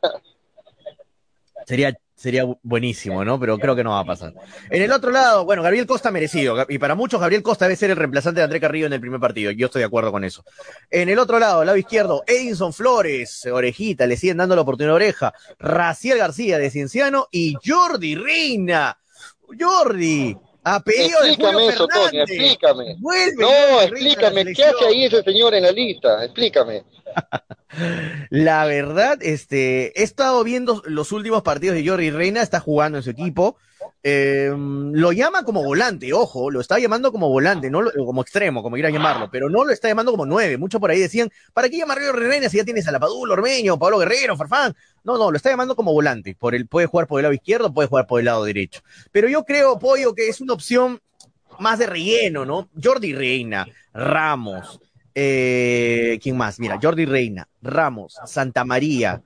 Sería buenísimo, ¿no? Pero creo que no va a pasar. En el otro lado, bueno, Gabriel Costa merecido. Y para muchos, Gabriel Costa debe ser el reemplazante de André Carrillo en el primer partido. Yo estoy de acuerdo con eso. En el otro lado izquierdo, Edinson Flores, orejita, le siguen dando la oportunidad de oreja. Raciel García de Cienciano y Jordi Reina. Jordi, apellido de Julio Explícame eso, Fernández. Tony, explícame. Vuelve No, Jordi Reina a la explícame, ¿qué selección. hace ahí ese señor en la lista? Explícame. La verdad, he estado viendo los últimos partidos de Jordi Reina, está jugando en su equipo. Lo llama como volante, ojo, lo está llamando como volante, no como extremo, como quieras llamarlo, pero no lo está llamando como 9. Muchos por ahí decían, ¿para qué llamar a Jordi Reina si ya tienes a Lapadula, Ormeño, Pablo Guerrero, Farfán? No, lo está llamando como volante. Puede jugar por el lado izquierdo, puede jugar por el lado derecho. Pero yo creo, Pollo, que es una opción más de relleno, ¿no? Jordi Reina, Ramos, ¿quién más? Mira, Jordi Reina, Ramos, Santa María,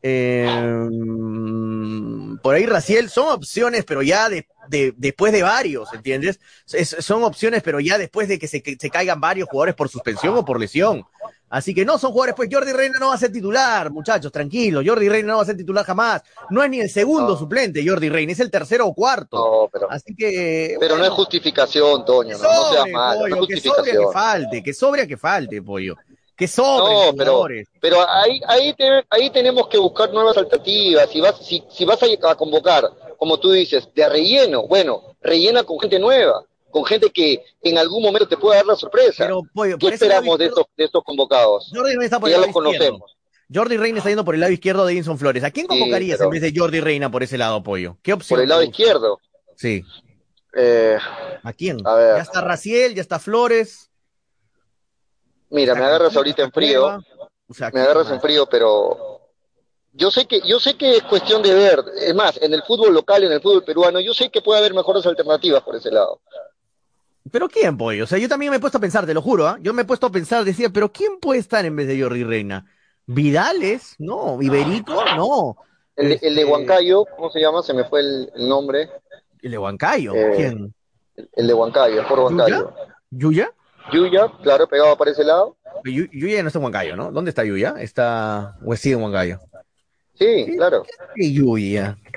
por ahí Raciel, son opciones, pero ya después de varios, ¿entiendes? Son opciones, pero ya después de que se caigan varios jugadores por suspensión o por lesión. Así que no son jugadores, pues Jordi Reina no va a ser titular, muchachos, tranquilos. Jordi Reina no va a ser titular jamás. No es ni el segundo suplente, Jordi Reina, es el tercero o cuarto. No, pero, así que. pero bueno, no es justificación, Toño, no seas malo, no es justificación. que sobra que falte, pollo. Que sobren No, jugadores. pero ahí tenemos que buscar nuevas alternativas. Si vas a convocar, como tú dices, de relleno, bueno, rellena con gente nueva, con gente que en algún momento te pueda dar la sorpresa. Pero, pollo, ¿qué esperamos de estos convocados? Jordi Reina está por que el ya lado los izquierdo. conocemos. Jordi Reina está yendo por el lado izquierdo de Edinson Flores. ¿A quién convocarías en vez de Jordi Reina por ese lado, pollo? ¿Qué opción? Por el lado izquierdo. Sí. ¿A quién? A ver. Ya está Raciel, ya está Flores. Mira, me agarras ahorita en frío. O sea, me agarras en frío, pero yo sé que es cuestión de ver. Es más, en el fútbol local, en el fútbol peruano, yo sé que puede haber mejores alternativas por ese lado. ¿Pero quién, pollo? O sea, yo también me he puesto a pensar, te lo juro, Yo me he puesto a pensar, decía, ¿pero quién puede estar en vez de Jordi Reina? ¿Vidales? No. ¿Iberico? No. El de Huancayo, ¿cómo se llama? Se me fue el nombre. ¿El de Huancayo? ¿Quién? El de Huancayo, por Huancayo. ¿Yuya? Yuya, claro, pegado para ese lado. Yuya no está en Huancayo, ¿no? ¿Dónde está Yuya? ¿O sigue en Huancayo? Sí, claro. ¿Qué Yuya?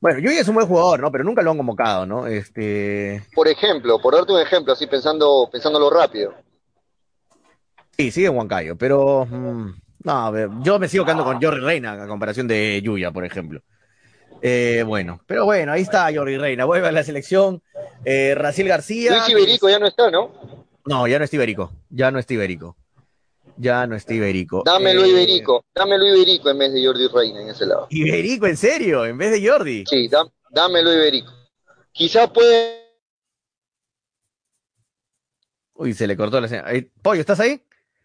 Bueno, Yuya es un buen jugador, ¿no? Pero nunca lo han convocado, ¿no? Por ejemplo, por darte un ejemplo, así pensándolo rápido. Sí, sigue en Huancayo, pero no, a ver, yo me sigo quedando con Jordi Reina a comparación de Yuya, por ejemplo. Bueno, pero bueno, ahí está Jordi Reina, vuelve a la selección. Raciel Luis García, Iberico ya no está, ¿no? no, ya no es Ibérico, ya no es Ibérico, ya no es Ibérico. Dámelo Iberico en vez de Jordi Reina en ese lado. Iberico, ¿en serio? En vez de Jordi. Sí, dámelo Iberico. Quizás puede. Uy, se le cortó la señal. Pollo, ¿estás ahí?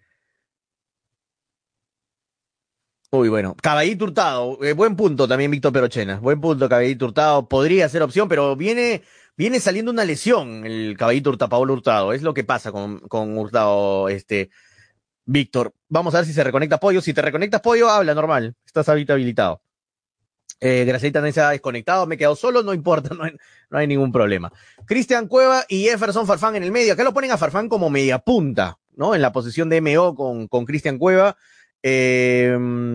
Uy, bueno, Caballito Hurtado, buen punto también Víctor Perochena, buen punto Caballito Hurtado, podría ser opción, pero viene saliendo una lesión el Caballito Hurtado, Paolo Hurtado, es lo que pasa con Hurtado, Víctor. Vamos a ver si se reconecta Pollo, si te reconectas Pollo, habla normal, estás ahorita habilitado. Graciela también se ha desconectado, me he quedado solo, no importa, no hay ningún problema. Cristian Cueva y Jefferson Farfán en el medio, acá lo ponen a Farfán como media punta, ¿no? En la posición de MO con Cristian Cueva. Eh,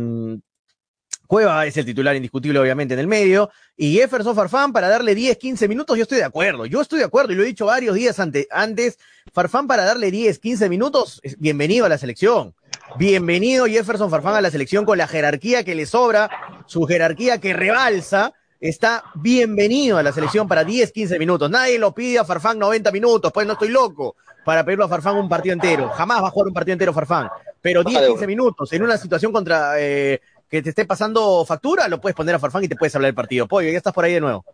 Cueva es el titular indiscutible, obviamente, en el medio. Y Jefferson Farfán para darle 10, 15 minutos, yo estoy de acuerdo. Yo estoy de acuerdo y lo he dicho varios días antes. Farfán para darle 10, 15 minutos, bienvenido a la selección. Bienvenido Jefferson Farfán a la selección con la jerarquía que le sobra, su jerarquía que rebalsa. Está bienvenido a la selección para 10, 15 minutos. Nadie lo pide a Farfán 90 minutos, pues no estoy loco para pedirlo a Farfán un partido entero. Jamás va a jugar un partido entero Farfán. Pero 10, 15 minutos en una situación contra que te esté pasando factura, lo puedes poner a Farfán y te puedes hablar del partido. Pollo, ya estás por ahí de nuevo.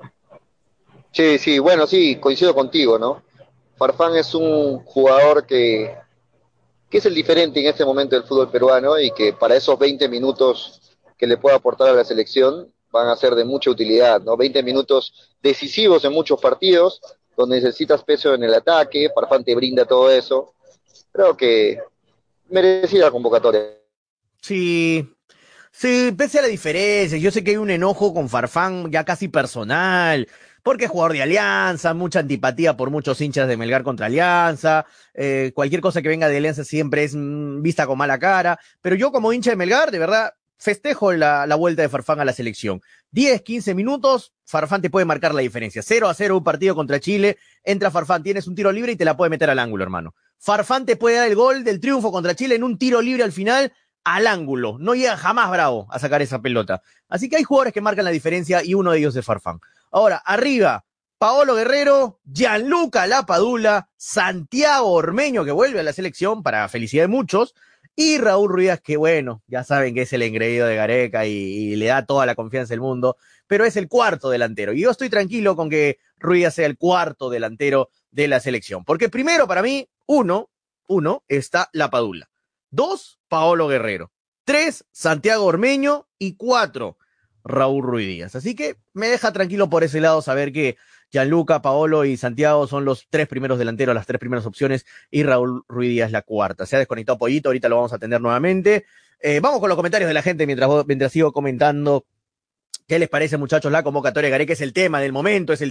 Sí, bueno, sí, coincido contigo, ¿no? Farfán es un jugador que es el diferente en este momento del fútbol peruano y que para esos 20 minutos que le puede aportar a la selección van a ser de mucha utilidad, ¿no? 20 minutos decisivos en muchos partidos, donde necesitas peso en el ataque, Farfán te brinda todo eso. Creo que merecía la convocatoria. Sí, sí, pese a la diferencia, yo sé que hay un enojo con Farfán ya casi personal, porque es jugador de Alianza, mucha antipatía por muchos hinchas de Melgar contra Alianza, cualquier cosa que venga de Alianza siempre es vista con mala cara, pero yo como hincha de Melgar, de verdad, festejo la vuelta de Farfán a la selección. 10, 15 minutos, Farfán te puede marcar la diferencia. 0-0 un partido contra Chile, entra Farfán, tienes un tiro libre y te la puede meter al ángulo, hermano. Farfán te puede dar el gol del triunfo contra Chile en un tiro libre al final, al ángulo. No llega jamás Bravo a sacar esa pelota. Así que hay jugadores que marcan la diferencia y uno de ellos es Farfán. Ahora, arriba, Paolo Guerrero, Gianluca Lapadula, Santiago Ormeño, que vuelve a la selección para felicidad de muchos, y Raúl Ruiz, que bueno, ya saben que es el engreído de Gareca y le da toda la confianza del mundo, pero es el cuarto delantero. Y yo estoy tranquilo con que Ruiz sea el cuarto delantero de la selección. Porque primero, para mí, uno está Lapadula. 2, Paolo Guerrero. 3, Santiago Ormeño. Y 4, Raúl Ruiz Díaz. Así que me deja tranquilo por ese lado saber que Gianluca, Paolo y Santiago son los 3 primeros delanteros, las 3 primeras opciones, y Raúl Ruiz Díaz la cuarta. Se ha desconectado Pollito, ahorita lo vamos a atender nuevamente. Vamos con los comentarios de la gente mientras sigo comentando. ¿Qué les parece, muchachos? La convocatoria de Gareca es el tema del momento, es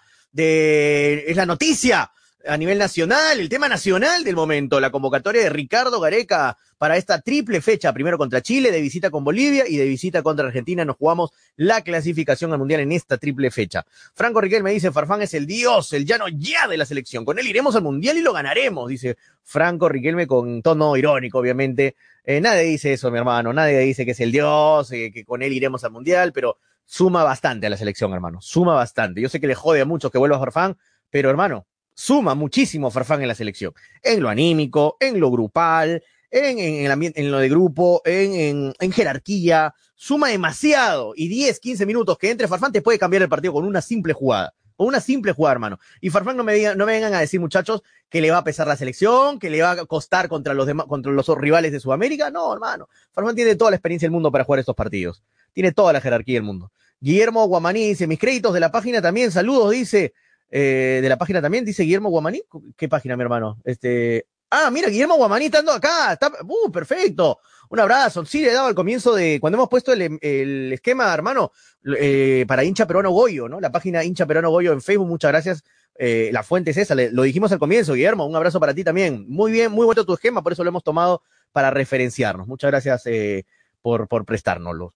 la noticia a nivel nacional, el tema nacional del momento, la convocatoria de Ricardo Gareca para esta triple fecha, primero contra Chile, de visita con Bolivia y de visita contra Argentina. Nos jugamos la clasificación al Mundial en esta triple fecha. Franco Riquelme dice, Farfán es el dios, el llano ya de la selección. Con él iremos al Mundial y lo ganaremos, dice Franco Riquelme con tono irónico, obviamente. Nadie dice eso, mi hermano, nadie dice que es el dios, que con él iremos al Mundial, pero suma bastante a la selección, hermano, suma bastante. Yo sé que le jode a muchos que vuelva Farfán, pero hermano, suma muchísimo Farfán en la selección, en lo anímico, en lo grupal, en el ambiente, en lo de grupo, en jerarquía, suma demasiado, y 10, 15 minutos que entre Farfán te puede cambiar el partido con una simple jugada, hermano. Y Farfán no me vengan a decir, muchachos, que le va a pesar la selección, que le va a costar contra los rivales de Sudamérica. No, hermano, Farfán tiene toda la experiencia del mundo para jugar estos partidos, tiene toda la jerarquía del mundo. Guillermo Guamaní dice, mis créditos de la página también, saludos, dice, de la página también, dice Guillermo Guamaní. ¿Qué página, mi hermano? Mira, Guillermo Guamaní estando acá, perfecto. Un abrazo. Sí, le he dado al comienzo cuando hemos puesto el esquema, hermano, para Hincha Peruano Goyo, ¿no? La página Hincha Peruano Goyo en Facebook, muchas gracias. La fuente es esa, lo dijimos al comienzo, Guillermo, un abrazo para ti también. Muy bien, muy bueno tu esquema, por eso lo hemos tomado para referenciarnos. Muchas gracias por prestárnoslo.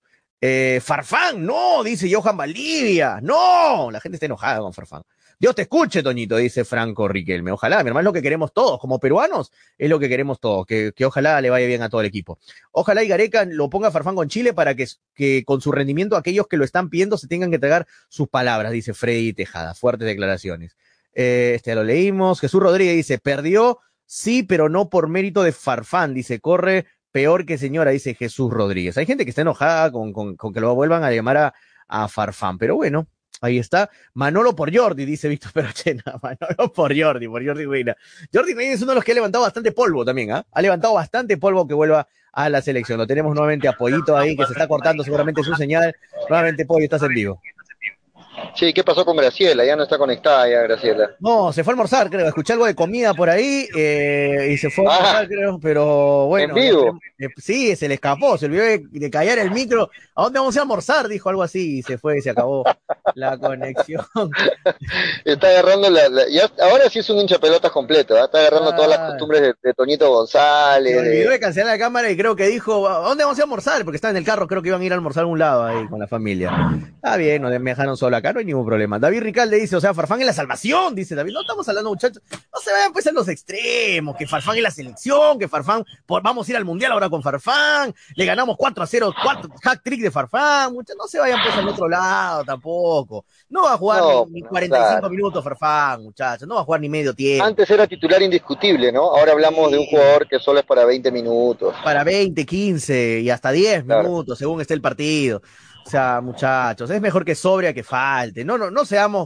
Farfán, no, dice Johan Valdivia, no, la gente está enojada con Farfán. Dios te escuche, Toñito, dice Franco Riquelme. Ojalá, mi hermano, es lo que queremos todos, como peruanos, es lo que queremos todos, que ojalá le vaya bien a todo el equipo. Ojalá y Gareca lo ponga a Farfán con Chile para que con su rendimiento aquellos que lo están pidiendo se tengan que tragar sus palabras, dice Freddy Tejada. Fuertes declaraciones. Ya lo leímos. Jesús Rodríguez dice, perdió, sí, pero no por mérito de Farfán, dice, corre peor que señora, dice Jesús Rodríguez. Hay gente que está enojada con que lo vuelvan a llamar a Farfán, pero bueno, ahí está. Manolo por Jordi, dice Víctor Perochena. Manolo por Jordi Reina. Jordi Reina es uno de los que ha levantado bastante polvo también, ¿ah? Ha levantado bastante polvo que vuelva a la selección. Lo tenemos nuevamente a Pollito ahí, que se está cortando seguramente su señal. Nuevamente, Pollo, estás en vivo. Sí, ¿qué pasó con Graciela? Ya no está conectada ya, Graciela. No, se fue a almorzar, creo. Escuché algo de comida por ahí y se fue a almorzar, creo. Pero bueno. ¿En vivo? Sí, se le escapó, se olvidó de callar el micro. ¿A dónde vamos a almorzar? Dijo algo así y se fue y se acabó la conexión. Está agarrando ahora sí es un hincha pelotas completo, ¿eh? Está agarrando todas las costumbres de Toñito González. Se olvidó de cancelar la cámara y creo que dijo, ¿a dónde vamos a almorzar? Porque estaba en el carro, creo que iban a ir a almorzar a un lado ahí con la familia. Está bien, no me dejaron solo acá, no hay ningún problema. David Ricalde dice, o sea, Farfán es la salvación, dice David. No estamos hablando, muchachos, no se vayan pues a los extremos, que Farfán es la selección, que Farfán, vamos a ir al Mundial ahora con Farfán, le ganamos 4-0, hat-trick de Farfán, muchachos, no se vayan pues al otro lado tampoco. No va a jugar ni 45 minutos Farfán, muchachos, no va a jugar ni medio tiempo. Antes era titular indiscutible, ¿no? Ahora hablamos de un jugador que solo es para 20 minutos. Para 20, 15 y hasta 10 minutos, según esté el partido. O sea, muchachos, es mejor que sobre a que falte. No seamos,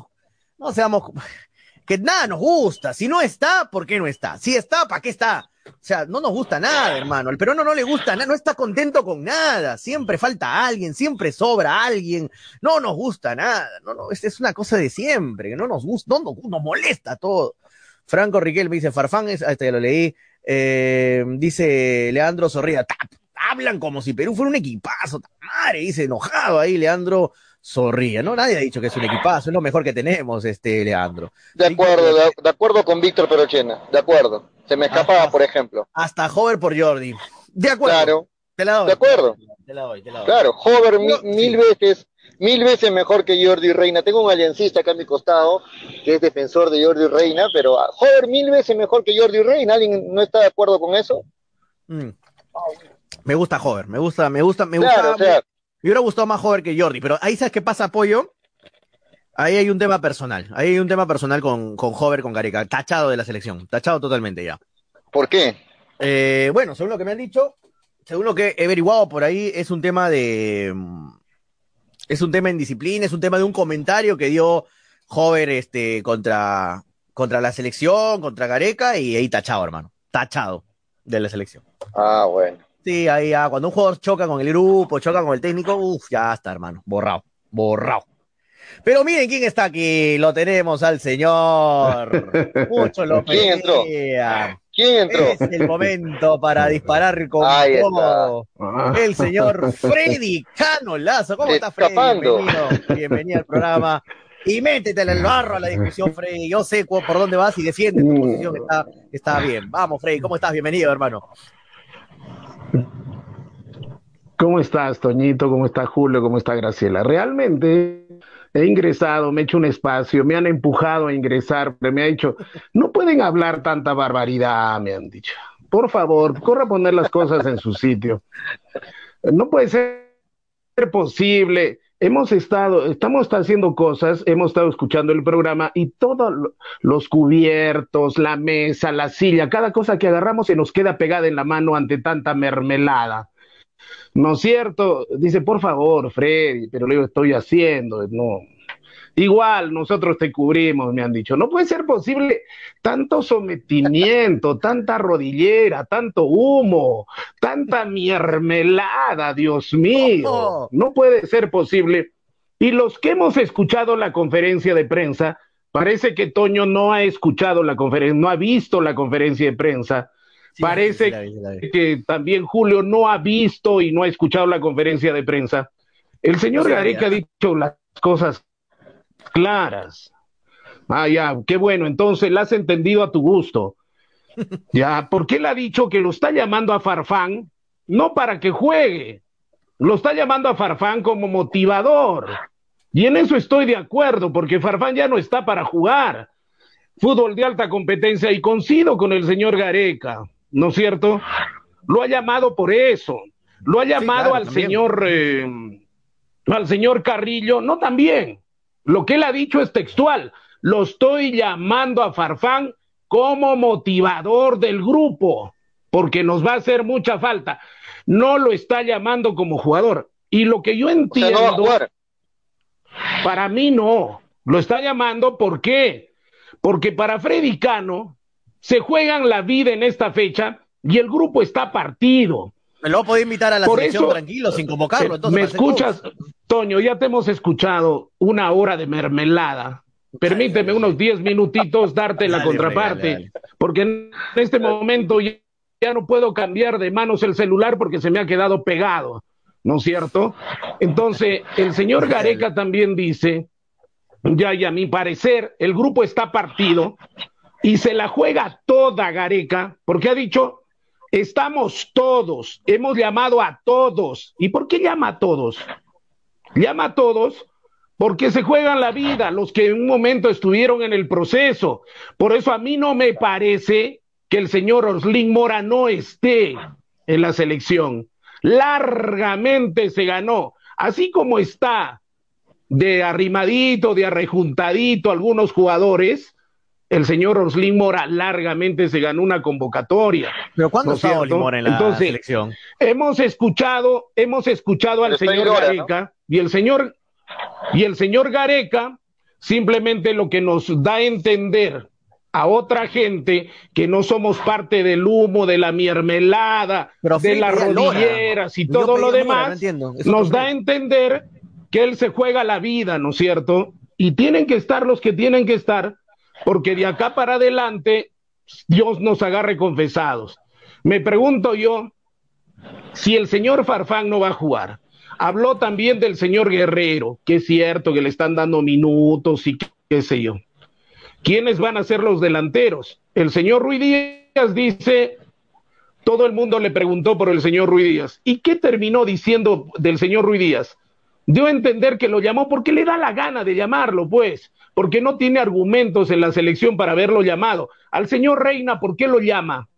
que nada nos gusta. Si no está, ¿por qué no está? Si está, ¿para qué está? O sea, no nos gusta nada, hermano. Al peruano no le gusta nada, no está contento con nada. Siempre falta alguien, siempre sobra alguien. No nos gusta nada. Es una cosa de siempre, que no nos gusta, nos molesta todo. Franco Riquelme dice, Farfán es, ya lo leí. Dice Leandro Zorrilla, hablan como si Perú fuera un equipazo, madre, dice enojado ahí Leandro Zorrilla, ¿no? Nadie ha dicho que es un equipazo, es lo mejor que tenemos, Leandro. De acuerdo con Víctor Perochena, de acuerdo. Se me escapaba, por ejemplo. Hasta Hover por Jordi. De acuerdo. Claro. Te la doy. De acuerdo. Te la doy. Claro, Hover mil veces mejor que Jordi Reina. Tengo un aliancista acá a mi costado, que es defensor de Jordi Reina, pero Hover 1000 veces mejor que Jordi Reina. ¿Alguien no está de acuerdo con eso? Me gusta Hover, me gusta. Claro, o sea, me hubiera gustado más Hover que Jordi, pero ahí sabes qué pasa, Pollo. Ahí hay un tema personal. Con Hover, con Gareca. Tachado de la selección. Tachado totalmente ya. ¿Por qué? Bueno, según lo que me han dicho, según lo que he averiguado por ahí, es un tema en disciplina, es un tema de un comentario que dio Hover contra la selección, contra Gareca, y ahí tachado, hermano. Tachado de la selección. Ah, bueno. Sí, ahí ya, cuando un jugador choca con el grupo, choca con el técnico, ya está, hermano. Borrado. Pero miren quién está aquí, lo tenemos al señor. Muchos lo pedían. ¿Quién entró? Es el momento para disparar con todo. El señor Freddy Cano Lazo. ¿Cómo está, Freddy? Bienvenido al programa. Y métete en el barro a la discusión, Freddy. Yo sé por dónde vas y defiende tu posición. Está bien. Vamos, Freddy. ¿Cómo estás? Bienvenido, hermano. ¿Cómo estás, Toñito? ¿Cómo está Julio? ¿Cómo está Graciela? Realmente he ingresado, me he hecho un espacio, me han empujado a ingresar, pero me ha dicho, no pueden hablar tanta barbaridad, me han dicho. Por favor, corra a poner las cosas en su sitio. No puede ser posible. Estamos haciendo cosas, hemos estado escuchando el programa y todos los cubiertos, la mesa, la silla, cada cosa que agarramos se nos queda pegada en la mano ante tanta mermelada. ¿No es cierto? Dice, por favor, Freddy, pero lo estoy haciendo, no. Igual, nosotros te cubrimos, me han dicho. No puede ser posible tanto sometimiento, tanta rodillera, tanto humo, tanta mermelada, Dios mío. No puede ser posible. Y los que hemos escuchado la conferencia de prensa, parece que Toño no ha escuchado la conferencia, no ha visto la conferencia de prensa. Sí, parece que también Julio no ha visto y no ha escuchado la conferencia de prensa. El señor Gareca ha dicho las cosas claras. Ya, qué bueno, entonces la has entendido a tu gusto. Ya, ¿por qué le ha dicho que lo está llamando a Farfán? No para que juegue, Lo está llamando a Farfán como motivador. Y en eso estoy de acuerdo, porque Farfán ya no está para jugar fútbol de alta competencia y coincido con el señor Gareca, ¿no es cierto? Lo ha llamado por eso. Lo ha Sí, llamado claro, también. al señor Carrillo, no también. Lo que él ha dicho es textual. Lo estoy llamando a Farfán como motivador del grupo, porque nos va a hacer mucha falta. No lo está llamando como jugador. Y lo que yo O sea, no va a entiendo, jugar. para mí no. Lo está llamando, ¿por qué? Porque para Freddy Cano se juegan la vida en esta fecha y el grupo está partido. Me lo puedo invitar a la Por selección eso, tranquilo, sin convocarlo, entonces, ¿me para hacer todos. escuchas, Toño? Ya te hemos escuchado una hora de mermelada. Dale, Permíteme dale, dale. unos 10 minutitos darte la Dale, Rey, dale, contraparte, dale. porque en este momento ya no puedo cambiar de manos el celular porque se me ha quedado pegado, ¿no es cierto? Entonces, el señor Dale. Gareca también dice, ya, y a mi parecer, el grupo está partido y se la juega toda Gareca, porque ha dicho, estamos todos, hemos llamado a todos. ¿Y por qué llama a todos? Llama a todos porque se juegan la vida, los que en un momento estuvieron en el proceso. Por eso a mí no me parece que el señor Oslin Mora no esté en la selección. Largamente se ganó, así como está de arrimadito, de arrejuntadito algunos jugadores, el señor Oslin Mora largamente se ganó una convocatoria, Pero ¿cuándo ¿no ha es estado cierto? Limón en la Entonces, selección? hemos escuchado Pero al está ahí señor ahora, ¿no? Gareca y el señor Gareca simplemente lo que nos da a entender a otra gente que no somos parte del humo, de la mermelada, Pero de Freddy las pedía Lora. rodilleras y Yo todo lo pedía Mora, no demás, entiendo. Es otro nos da a Freddy. entender que él se juega la vida, ¿no es cierto? Y tienen que estar los que tienen que estar, porque de acá para adelante Dios nos agarre confesados. Me pregunto yo si el señor Farfán no va a jugar. Habló también del señor Guerrero, que es cierto que le están dando minutos y qué sé yo. ¿Quiénes van a ser los delanteros? El señor Ruiz Díaz dice, todo el mundo le preguntó por el señor Ruiz Díaz. ¿Y qué terminó diciendo del señor Ruiz Díaz? Dio a entender que lo llamó porque le da la gana de llamarlo, pues, porque no tiene argumentos en la selección para haberlo llamado. Al señor Reina, ¿por qué lo llama?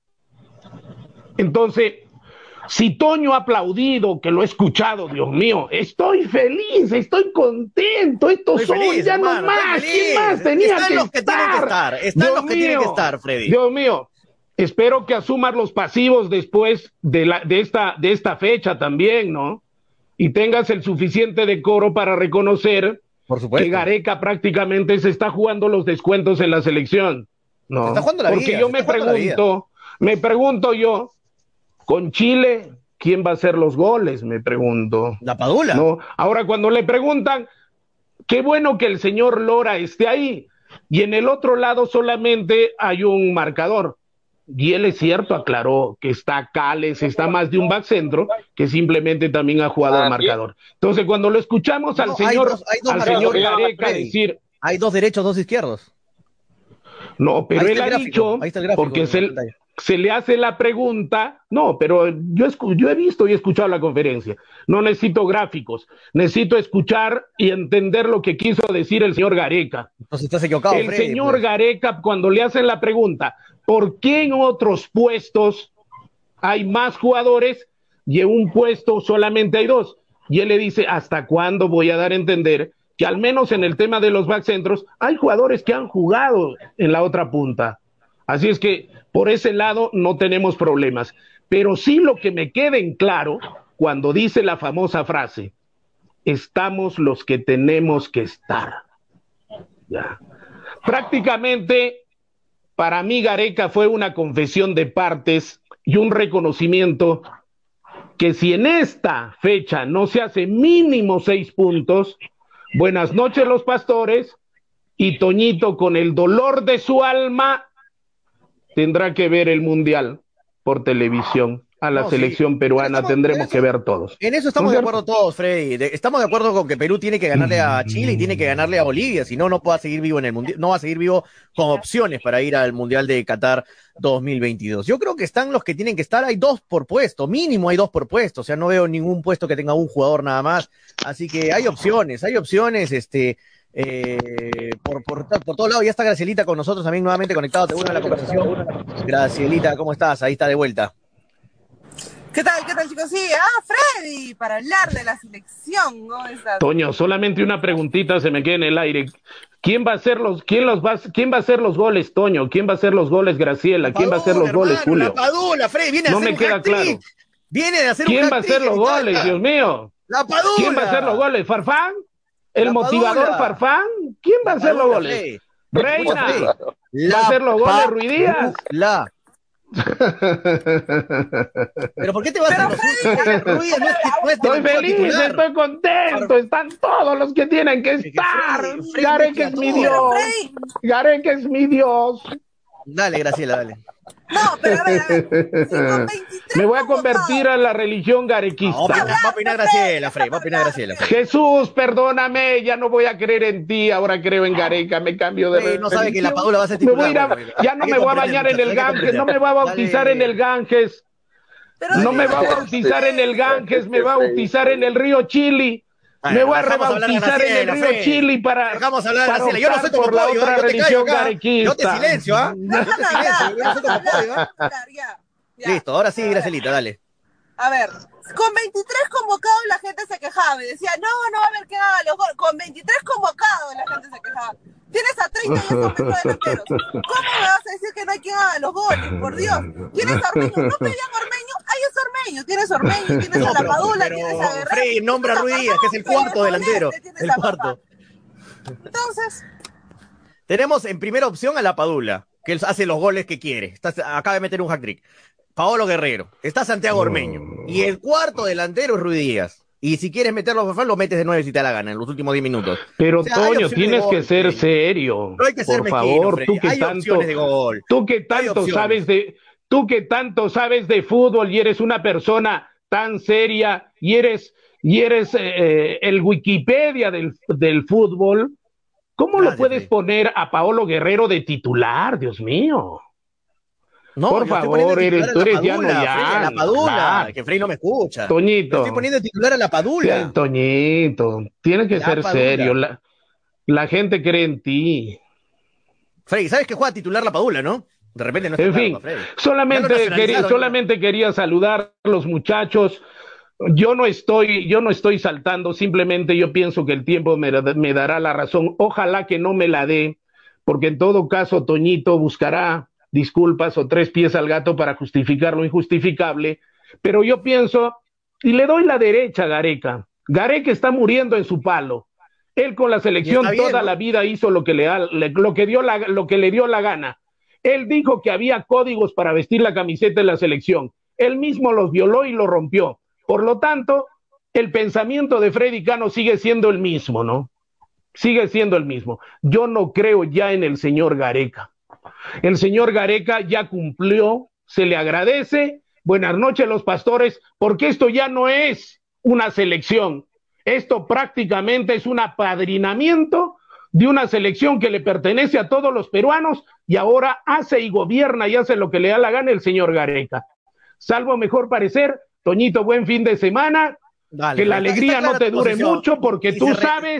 Entonces, si Toño ha aplaudido, que lo he escuchado, Dios mío, estoy feliz, estoy contento, estos Estoy son, feliz, ya no hermano, estoy más, ¿quién más feliz. tenía Están que los que tienen que estar? estar. Están Dios los que tienen que mío, estar, Freddy. Dios mío, espero que asumas los pasivos después de esta fecha también, ¿no? Y tengas el suficiente decoro para reconocer Por que supuesto. Gareca prácticamente se está jugando los descuentos en la selección, Se está ¿no? jugando la Porque vida. yo Se está jugando la vida. me pregunto yo, con Chile, ¿quién va a hacer los goles? Me pregunto. La Padula. ¿No? Ahora, cuando le preguntan, qué bueno que el señor Lora esté ahí, y en el otro lado solamente hay un marcador. Y él es cierto, aclaró que está Cales, está más de un back centro, que simplemente también ha jugado al marcador. Entonces, cuando lo escuchamos No, hay dos al marcadores, señor Gareca Freddy. decir, Hay dos derechos, dos izquierdos. no, pero Ahí él está ha el gráfico. dicho, Ahí está el gráfico porque en la pantalla. se le hace la pregunta, no, pero yo he visto y he escuchado la conferencia, no necesito gráficos, necesito escuchar y entender lo que quiso decir el señor Gareca. Entonces estás equivocado, El Freddy. señor Pues. Gareca, cuando le hacen la pregunta, ¿por qué en otros puestos hay más jugadores y en un puesto solamente hay dos? Y él le dice, ¿hasta cuándo voy a dar a entender que al menos en el tema de los backcentros hay jugadores que han jugado en la otra punta? Así es que por ese lado no tenemos problemas. Pero sí lo que me queda en claro cuando dice la famosa frase, estamos los que tenemos que estar. Ya. Prácticamente para mí Gareca fue una confesión de partes y un reconocimiento que si en esta fecha no se hace mínimo 6 puntos, buenas noches los pastores, y Toñito con el dolor de su alma tendrá que ver el Mundial por televisión. a la No, sí. selección peruana, tendremos que ver todos. En eso estamos de acuerdo todos, Freddy. Estamos de acuerdo con que Perú tiene que ganarle a Chile y tiene que ganarle a Bolivia, si no, no pueda seguir vivo en el mundial, no va a seguir vivo con opciones para ir al Mundial de Qatar 2022. Yo creo que están los que tienen que estar, hay 2 por puesto, mínimo hay 2 por puesto, o sea, no veo ningún puesto que tenga un jugador nada más, así que hay opciones, por todos lados. Ya está Gracielita con nosotros también nuevamente conectado, te une a la conversación. Gracielita, ¿cómo estás? Ahí está de vuelta. ¿Qué tal, chicos? Sí, Freddy, para hablar de la selección, ¿cómo estás? Toño, solamente una preguntita se me queda en el aire. ¿Quién va a hacer los goles, Toño? ¿Quién va a hacer los goles, Graciela? ¿Quién va a hacer los goles, Julio? La Padula, Freddy, viene a no hacer me un queda hat-trick. claro. Viene de hacer ¿Quién un va a hacer los goles, Dios mío? La Padula. ¿Quién va a hacer los goles? ¿Farfán? ¿El La motivador Padula. Farfán? ¿Quién va a hacer los goles? Freddy. Reina. Freddy. ¿Va a hacer los goles, Ruiz Díaz? ¿Pero por qué te vas a hacer los Ruiz? Estoy feliz, estoy contento, están todos los que tienen que estar. Gareca es mi Dios. Gareca es mi Dios. Dale, Graciela, dale. No, pero a ver, si con 23 me voy a convertir a la religión garequista. Va a opinar Graciela, Freddy, va a opinar Graciela. Jesús, perdóname, ya no voy a creer en ti, ahora creo en Gareca, me cambio de religión. No sabe que la Padula va a ser titular. Ya no me voy a bañar en el Ganges, no me voy a bautizar en el Ganges. No me va a bautizar en el Ganges, me va a bautizar en el río Chili. Me voy a rebautizar en el río Chili para optar yo no soy por la otra religión garequista. Yo te silencio, ¿ah? Yo te silencio, yo no soy como pollo, ¿ah? Listo, ahora sí, Gracelita, dale. A ver, con 23 convocados la gente se quejaba y decía, no va a haber que haga los goles. Con 23 convocados la gente se quejaba. Tienes a 30 y esos delanteros. ¿Cómo me vas a decir que no hay quien haga los goles? Por Dios. ¿Tienes a Ormeño? ¿No pedían Ormeño? Ahí es Ormeño. Tienes a Ormeño, tienes a La Padula, tienes a Guerrero. Freddy, nombra a Ruiz Díaz, que es el cuarto delantero. El cuarto. Entonces, tenemos en primera opción a La Padula, que él hace los goles que quiere. Acaba de meter un hat-trick. Paolo Guerrero. Está Santiago Ormeño. Y el cuarto delantero es Ruiz Díaz. Y si quieres meterlo a Farfán, lo metes de 9 si te da la gana en los últimos 10 minutos. Pero, Toño, tienes que ser serio. No hay que ser por favor, tú que tú que tanto sabes de fútbol y eres una persona tan seria y eres el Wikipedia del fútbol, ¿cómo lo puedes poner a Paolo Guerrero de titular, Dios mío? No, por favor, tú eres ya no ya. La Padula, que Frey no me escucha. Toñito. Estoy poniendo titular a La Padula. Toñito, tienes que ser serio. La gente cree en ti. Frey, ¿sabes que juega titular La Padula, no? De repente no está en fin, solamente quería saludar a los muchachos. Yo no estoy saltando, simplemente yo pienso que el tiempo me dará la razón. Ojalá que no me la dé, porque en todo caso Toñito buscará disculpas o 3 pies al gato para justificar lo injustificable, pero yo pienso, y le doy la derecha a Gareca. Gareca está muriendo en su palo. Él con la selección toda la vida hizo lo que le dio la gana. Él dijo que había códigos para vestir la camiseta de la selección. Él mismo los violó y los rompió. Por lo tanto, el pensamiento de Freddy Cano sigue siendo el mismo, ¿no? Sigue siendo el mismo. Yo no creo ya en el señor Gareca. El señor Gareca ya cumplió, se le agradece. Buenas noches, los pastores, porque esto ya no es una selección. Esto prácticamente es un apadrinamiento de una selección que le pertenece a todos los peruanos y ahora hace y gobierna y hace lo que le da la gana el señor Gareca. Salvo mejor parecer, Toñito, buen fin de semana. Dale, que la alegría no te dure mucho porque tú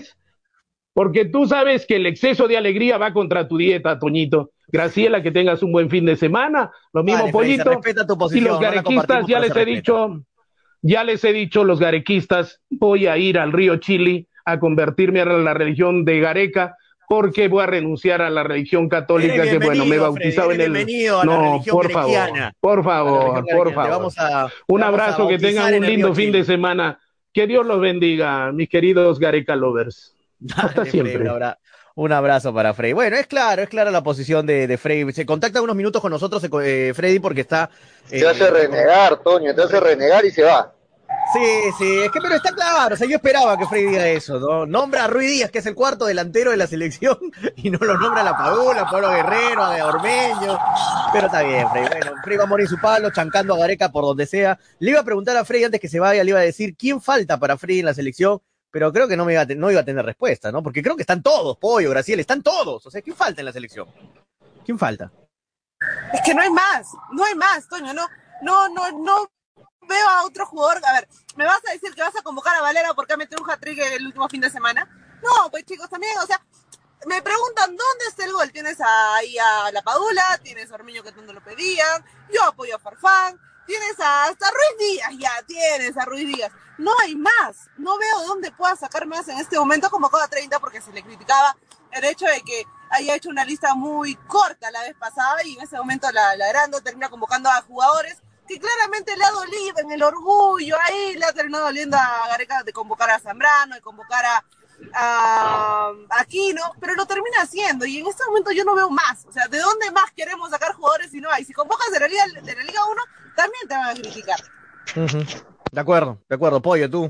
sabes que el exceso de alegría va contra tu dieta, Toñito. Graciela, que tengas un buen fin de semana. Lo mismo, Pollito. Y los garequistas, ya les he dicho, los garequistas, voy a ir al río Chili a convertirme a la religión de Gareca, porque voy a renunciar a la religión católica, que bueno, me he bautizado en el... No, por favor. Un abrazo, que tengan un lindo fin de semana. Que Dios los bendiga, mis queridos Gareca lovers. Hasta siempre. Un abrazo para Freddy. Bueno, es clara la posición de Freddy. Se contacta unos minutos con nosotros, Freddy, porque está... Te hace renegar, Toño, te hace renegar y se va. Sí, es que pero está claro, o sea, yo esperaba que Frey diga eso, ¿no? Nombra a Ruiz Díaz, que es el cuarto delantero de la selección, y no lo nombra a la Padula, a Pablo Guerrero, a Ormeño, pero está bien, Frey, bueno, Frey va a morir su palo, chancando a Gareca por donde sea. Le iba a preguntar a Frey antes que se vaya, le iba a decir quién falta para Frey en la selección, pero creo que no iba a tener respuesta, ¿no? Porque creo que están todos, Pollo, Graciela, están todos, o sea, ¿quién falta en la selección? ¿Quién falta? Es que no hay más, Toño, no veo a otro jugador. A ver, ¿me vas a decir que vas a convocar a Valera porque ha metido un hat-trick el último fin de semana? No, pues chicos, también, o sea, me preguntan dónde está el gol. Tienes ahí a la Padula, tienes a Ormeño que tanto lo pedían, yo apoyo a Farfán, tienes hasta Ruiz Díaz, ya tienes a Ruiz Díaz. No hay más, no veo dónde pueda sacar más en este momento. Convocado a 30 porque se le criticaba el hecho de que haya hecho una lista muy corta la vez pasada y en ese momento la agrandó, termina convocando a jugadores que claramente le ha dolido en el orgullo, ahí le ha terminado doliendo a Gareca de convocar a Zambrano, de convocar a Aquino, pero lo termina haciendo y en este momento yo no veo más. O sea, ¿de dónde más queremos sacar jugadores si no hay? Si convocas de la Liga 1, también te van a criticar. De acuerdo, Pollo, tú.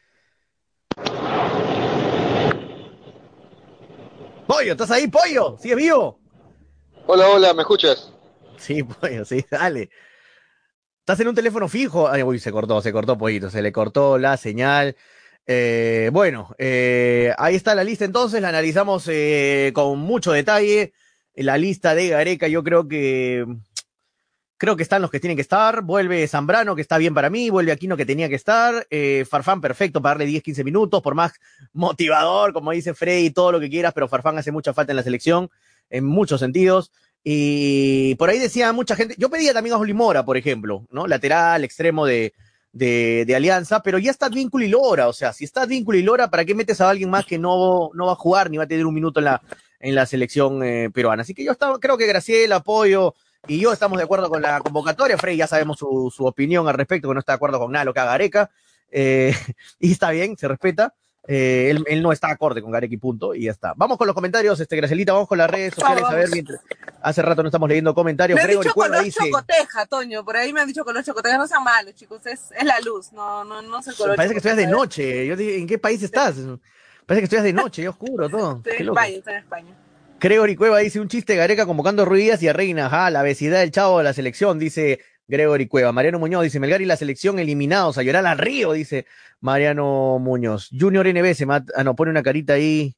Pollo, ¿estás ahí, Pollo? ¿Sigues vivo? Hola, ¿me escuchas? Sí, Pollo, sí, dale. ¿Estás en un teléfono fijo? Ay, uy, se cortó, Pollito, se le cortó la señal. Ahí está la lista entonces, la analizamos con mucho detalle. La lista de Gareca, yo creo que están los que tienen que estar. Vuelve Zambrano, que está bien para mí. Vuelve Aquino, que tenía que estar. Farfán, perfecto, para darle 10, 15 minutos, por más motivador, como dice Frey, todo lo que quieras, pero Farfán hace mucha falta en la selección, en muchos sentidos. Y por ahí decía mucha gente, yo pedía también a Oli Mora, por ejemplo, ¿no? Lateral, extremo de Alianza, pero ya está Advíncula y Lora, o sea, si está Advíncula y Lora, ¿para qué metes a alguien más que no va a jugar ni va a tener un minuto en la selección peruana? Así que creo que Graciela, Apoyo y yo estamos de acuerdo con la convocatoria. Frey ya sabemos su opinión al respecto, que no está de acuerdo con nada lo que haga Gareca, y está bien, se respeta. Él no está acorde con Gareca y punto, y ya está. Vamos con los comentarios, Gracielita, vamos con las redes sociales, a ver, mientras hace rato no estamos leyendo comentarios. Me han dicho Color Chocoteja, Toño, por ahí me han dicho Color Chocoteja, no sean malos, chicos, es la luz, no sé color. Parece que estudias de noche, yo dije, ¿en qué país estás? Parece que estudias de noche, ya oscuro todo. Estoy en España. Gregory Cueva dice, un chiste Gareca convocando a Ruiz Díaz y a Reina, la obesidad del chavo de la selección, dice Gregory Cueva. Mariano Muñoz dice, Melgar y la selección eliminados, a llorar al río, dice Mariano Muñoz. Junior NB se pone una carita ahí,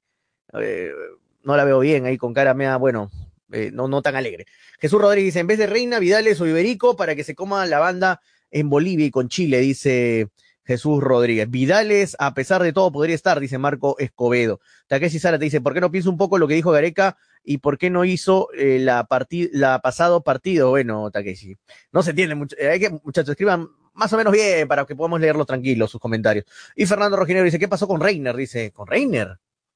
no la veo bien, ahí con cara mea, bueno, no tan alegre. Jesús Rodríguez dice, en vez de Reina, Vidales o Iberico para que se coma la banda en Bolivia y con Chile, dice Jesús Rodríguez. Vidales, a pesar de todo, podría estar, dice Marco Escobedo. Takeshi Sara te dice, ¿por qué no piensa un poco lo que dijo Gareca y por qué no hizo la pasado partido? Bueno, Takeshi, no se entiende mucho. Hay que, muchachos, escriban más o menos bien para que podamos leerlos tranquilos, sus comentarios. Y Fernando Rojinero dice, ¿qué pasó con Reiner? Dice, ¿con Reiner?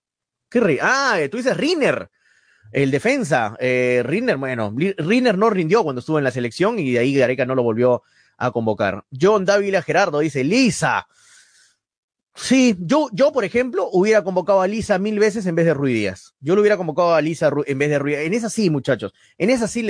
¿Qué tú dices Reiner, el defensa. Reiner, bueno, Reiner no rindió cuando estuvo en la selección y de ahí Gareca no lo volvió a convocar. John Dávila Gerardo dice, Lisa. Sí, yo, por ejemplo, hubiera convocado a Lisa 1000 veces en vez de Ruiz Díaz. Yo lo hubiera convocado a Lisa en vez de Ruiz Díaz. En esa sí, muchachos. En esa sí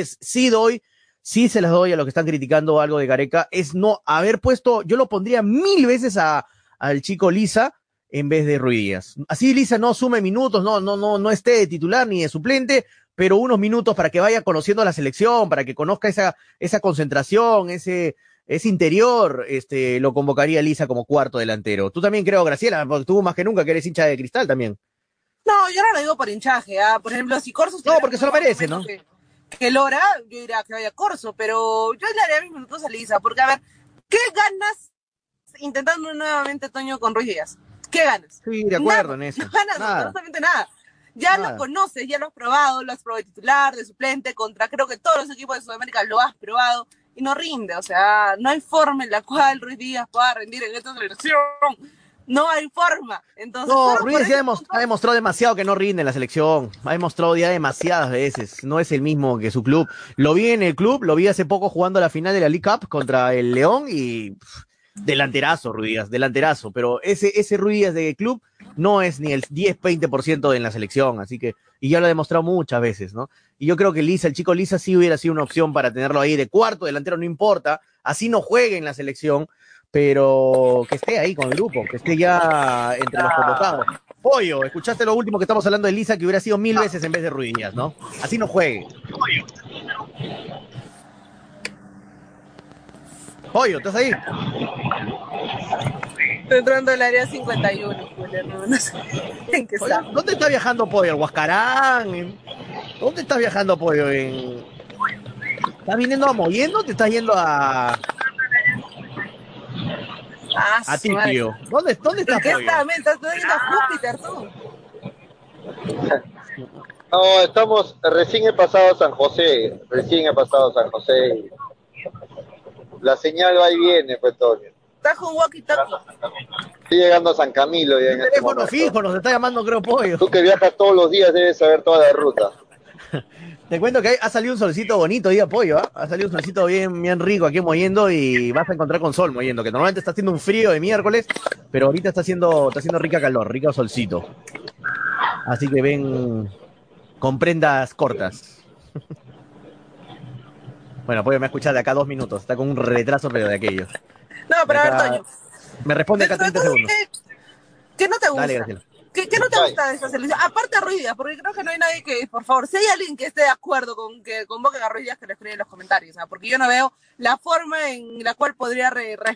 sí se las doy a los que están criticando algo de Gareca. Es no haber puesto, yo lo pondría 1000 veces al chico Lisa en vez de Ruiz Díaz. Así Lisa no sume minutos, no esté de titular ni de suplente, pero unos minutos para que vaya conociendo a la selección, para que conozca esa concentración, ese interior, lo convocaría Lisa como cuarto delantero. Tú también creo, Graciela, porque tú más que nunca que eres hincha de Cristal también. No, yo no lo digo por hinchaje, por ejemplo, si Corso... No, porque se lo merece, ¿no? Que Lora, yo diría que vaya Corso, pero yo le haría mis minutos a Lisa, porque a ver, ¿qué ganas intentando nuevamente, Toño, con Ruiz Díaz? ¿Qué ganas? Sí, de acuerdo en eso. No ganas absolutamente nada. Ya lo conoces, ya lo has probado de titular, de suplente, contra creo que todos los equipos de Sudamérica lo has probado y no rinde, o sea, no hay forma en la cual Ruiz Díaz pueda rendir en esta selección. No hay forma. Entonces, no, Ruiz ya ha demostrado demasiado que no rinde en la selección. Ha demostrado ya demasiadas veces. No es el mismo que su club. Lo vi en el club, lo vi hace poco jugando la final de la League Cup contra el León y delanterazo, Ruiz Díaz, delanterazo. Pero ese Ruiz Díaz de club no es ni el 10-20% en la selección. Así que, y ya lo ha demostrado muchas veces, ¿no? Y yo creo que el chico Lisa sí hubiera sido una opción para tenerlo ahí de cuarto delantero, no importa. Así no juegue en la selección, pero que esté ahí con el grupo, que esté ya entre los convocados. Pollo, escuchaste lo último que estamos hablando de Lisa, que hubiera sido 1000 veces en vez de Ruiz Díaz, ¿no? Así no juegue. Pollo, ¿estás ahí? Estoy entrando al área 51, Julio, no sé en qué está. ¿Dónde está viajando Pollo? ¿El Huascarán? ¿Dónde estás viajando, Pollo? ¿Estás viniendo a Mollendo o te estás yendo a Tipio? ¿Dónde estás, Pollo? ¿Qué está? ¿Estás yendo a Júpiter, tú? No, estamos, recién he pasado a San José. La señal va y viene, pues, Toño. Estás con walkie-talkie. Estoy llegando a San Camilo ya en este teléfono momento. fijo, nos está llamando, creo, Pollo. Tú que viajas todos los días debes saber toda la ruta. Te cuento que ha salido un solcito bonito hoy, Pollo, ¿eh? Ha salido un solcito bien, bien rico aquí en Mollendo y vas a encontrar con sol Mollendo, que normalmente está haciendo un frío de miércoles, pero ahorita está haciendo rica calor, rico solcito. Así que ven con prendas cortas. Bueno, Pollo me ha escuchado de acá 2 minutos, está con un retraso, pero de aquellos. No, pero a ver, Toño. Me responde acá 30 segundos. ¿Qué no te gusta? Dale, Graciela. ¿Qué no te gusta de esta selección? Aparte de Ruiz Díaz, porque creo que no hay nadie que, por favor, si hay alguien que esté de acuerdo con que convoquen a Ruiz Díaz, que lo escriba en los comentarios, ¿no? Porque yo no veo la forma en la cual podría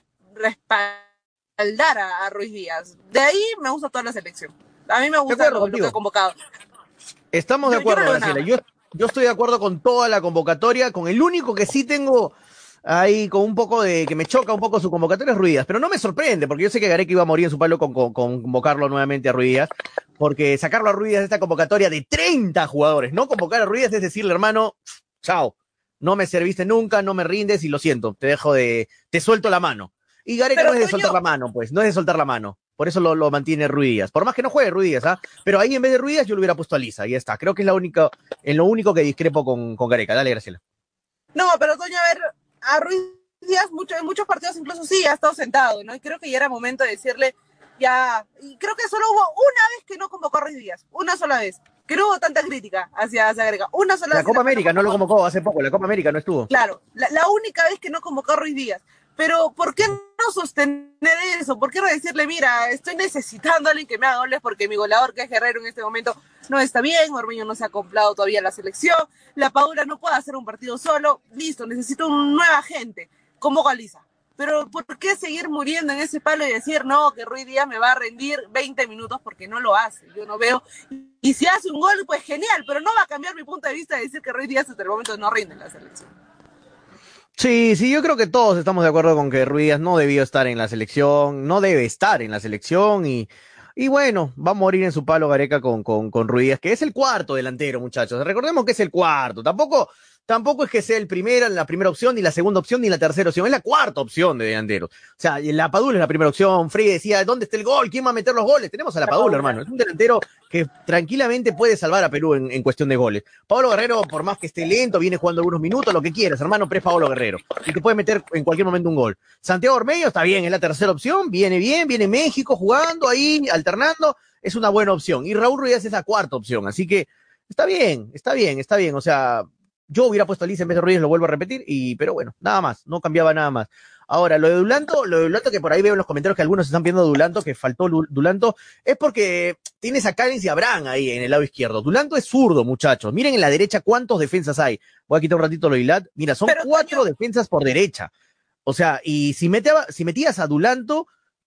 respaldar a Ruiz Díaz. De ahí me gusta toda la selección. A mí me gusta lo que ha convocado. Estamos de acuerdo, Graciela. Yo estoy de acuerdo con toda la convocatoria, con el único que sí tengo ahí con un poco de que me choca un poco su convocatoria es Ruiz Díaz, pero no me sorprende, porque yo sé que Gareca iba a morir en su palo con convocarlo nuevamente a Ruiz Díaz, porque sacarlo a Ruiz Díaz de esta convocatoria de 30 jugadores, no convocar a Ruiz Díaz es decirle, hermano, chao, no me serviste nunca, no me rindes y lo siento, te suelto la mano. Y Gareca no es de soltar la mano, pues, no es de soltar la mano. Por eso lo mantiene Ruiz Díaz. Por más que no juegue Ruiz Díaz, ¿ah? Pero ahí en vez de Ruiz Díaz yo lo hubiera puesto a Lisa, y ya está. Creo que es en lo único que discrepo con Gareca. Dale, Graciela. No, pero Toño, a ver, a Ruiz Díaz en muchos partidos incluso sí ha estado sentado, ¿no? Y creo que ya era momento de decirle, ya, y creo que solo hubo una vez que no convocó a Ruiz Díaz, una sola vez, que no hubo tanta crítica hacia Gareca, una sola vez. La Copa América no lo convocó hace poco, la Copa América no estuvo. Claro, la única vez que no convocó a Ruiz Díaz. Pero, ¿por qué no sostener eso? ¿Por qué no decirle, mira, estoy necesitando a alguien que me haga goles porque mi goleador, que es Guerrero en este momento, no está bien, Ormeño no se ha acoplado todavía a la selección, la Padula no puede hacer un partido solo, listo, necesito una nueva gente, como Galiza. Pero, ¿por qué seguir muriendo en ese palo y decir, no, que Ruiz Díaz me va a rendir 20 minutos porque no lo hace? Yo no veo. Y si hace un gol, pues genial, pero no va a cambiar mi punto de vista de decir que Ruiz Díaz hasta el momento no rinde en la selección. Sí, yo creo que todos estamos de acuerdo con que Ruiz Díaz no debió estar en la selección, no debe estar en la selección y bueno, va a morir en su palo Gareca con Ruiz Díaz, que es el cuarto delantero, muchachos. Recordemos que es el cuarto, tampoco es que sea la primera opción, ni la segunda opción, ni la tercera opción, es la cuarta opción de delanteros. O sea, la Padula es la primera opción, Frey decía, ¿dónde está el gol? ¿Quién va a meter los goles? Tenemos a la Padula, hermano, es un delantero que tranquilamente puede salvar a Perú en cuestión de goles. Pablo Guerrero, por más que esté lento, viene jugando algunos minutos, lo que quieras, hermano, pero es Pablo Guerrero, y te puede meter en cualquier momento un gol. Santiago Ormeño está bien, es la tercera opción, viene bien, viene México jugando ahí, alternando, es una buena opción. Y Raúl Ruiz es la cuarta opción, así que está bien, o sea, yo hubiera puesto a Lisa en vez de Ruiz, lo vuelvo a repetir, pero bueno, nada más, no cambiaba nada más. Ahora, lo de Dulanto que por ahí veo en los comentarios que algunos están viendo Dulanto, que faltó Dulanto, es porque tienes a Callens y Abraham ahí en el lado izquierdo. Dulanto es zurdo, muchachos. Miren en la derecha cuántos defensas hay. Voy a quitar un ratito lo de Ilat. Mira, son 4 defensas por derecha. O sea, y si metías a Dulanto,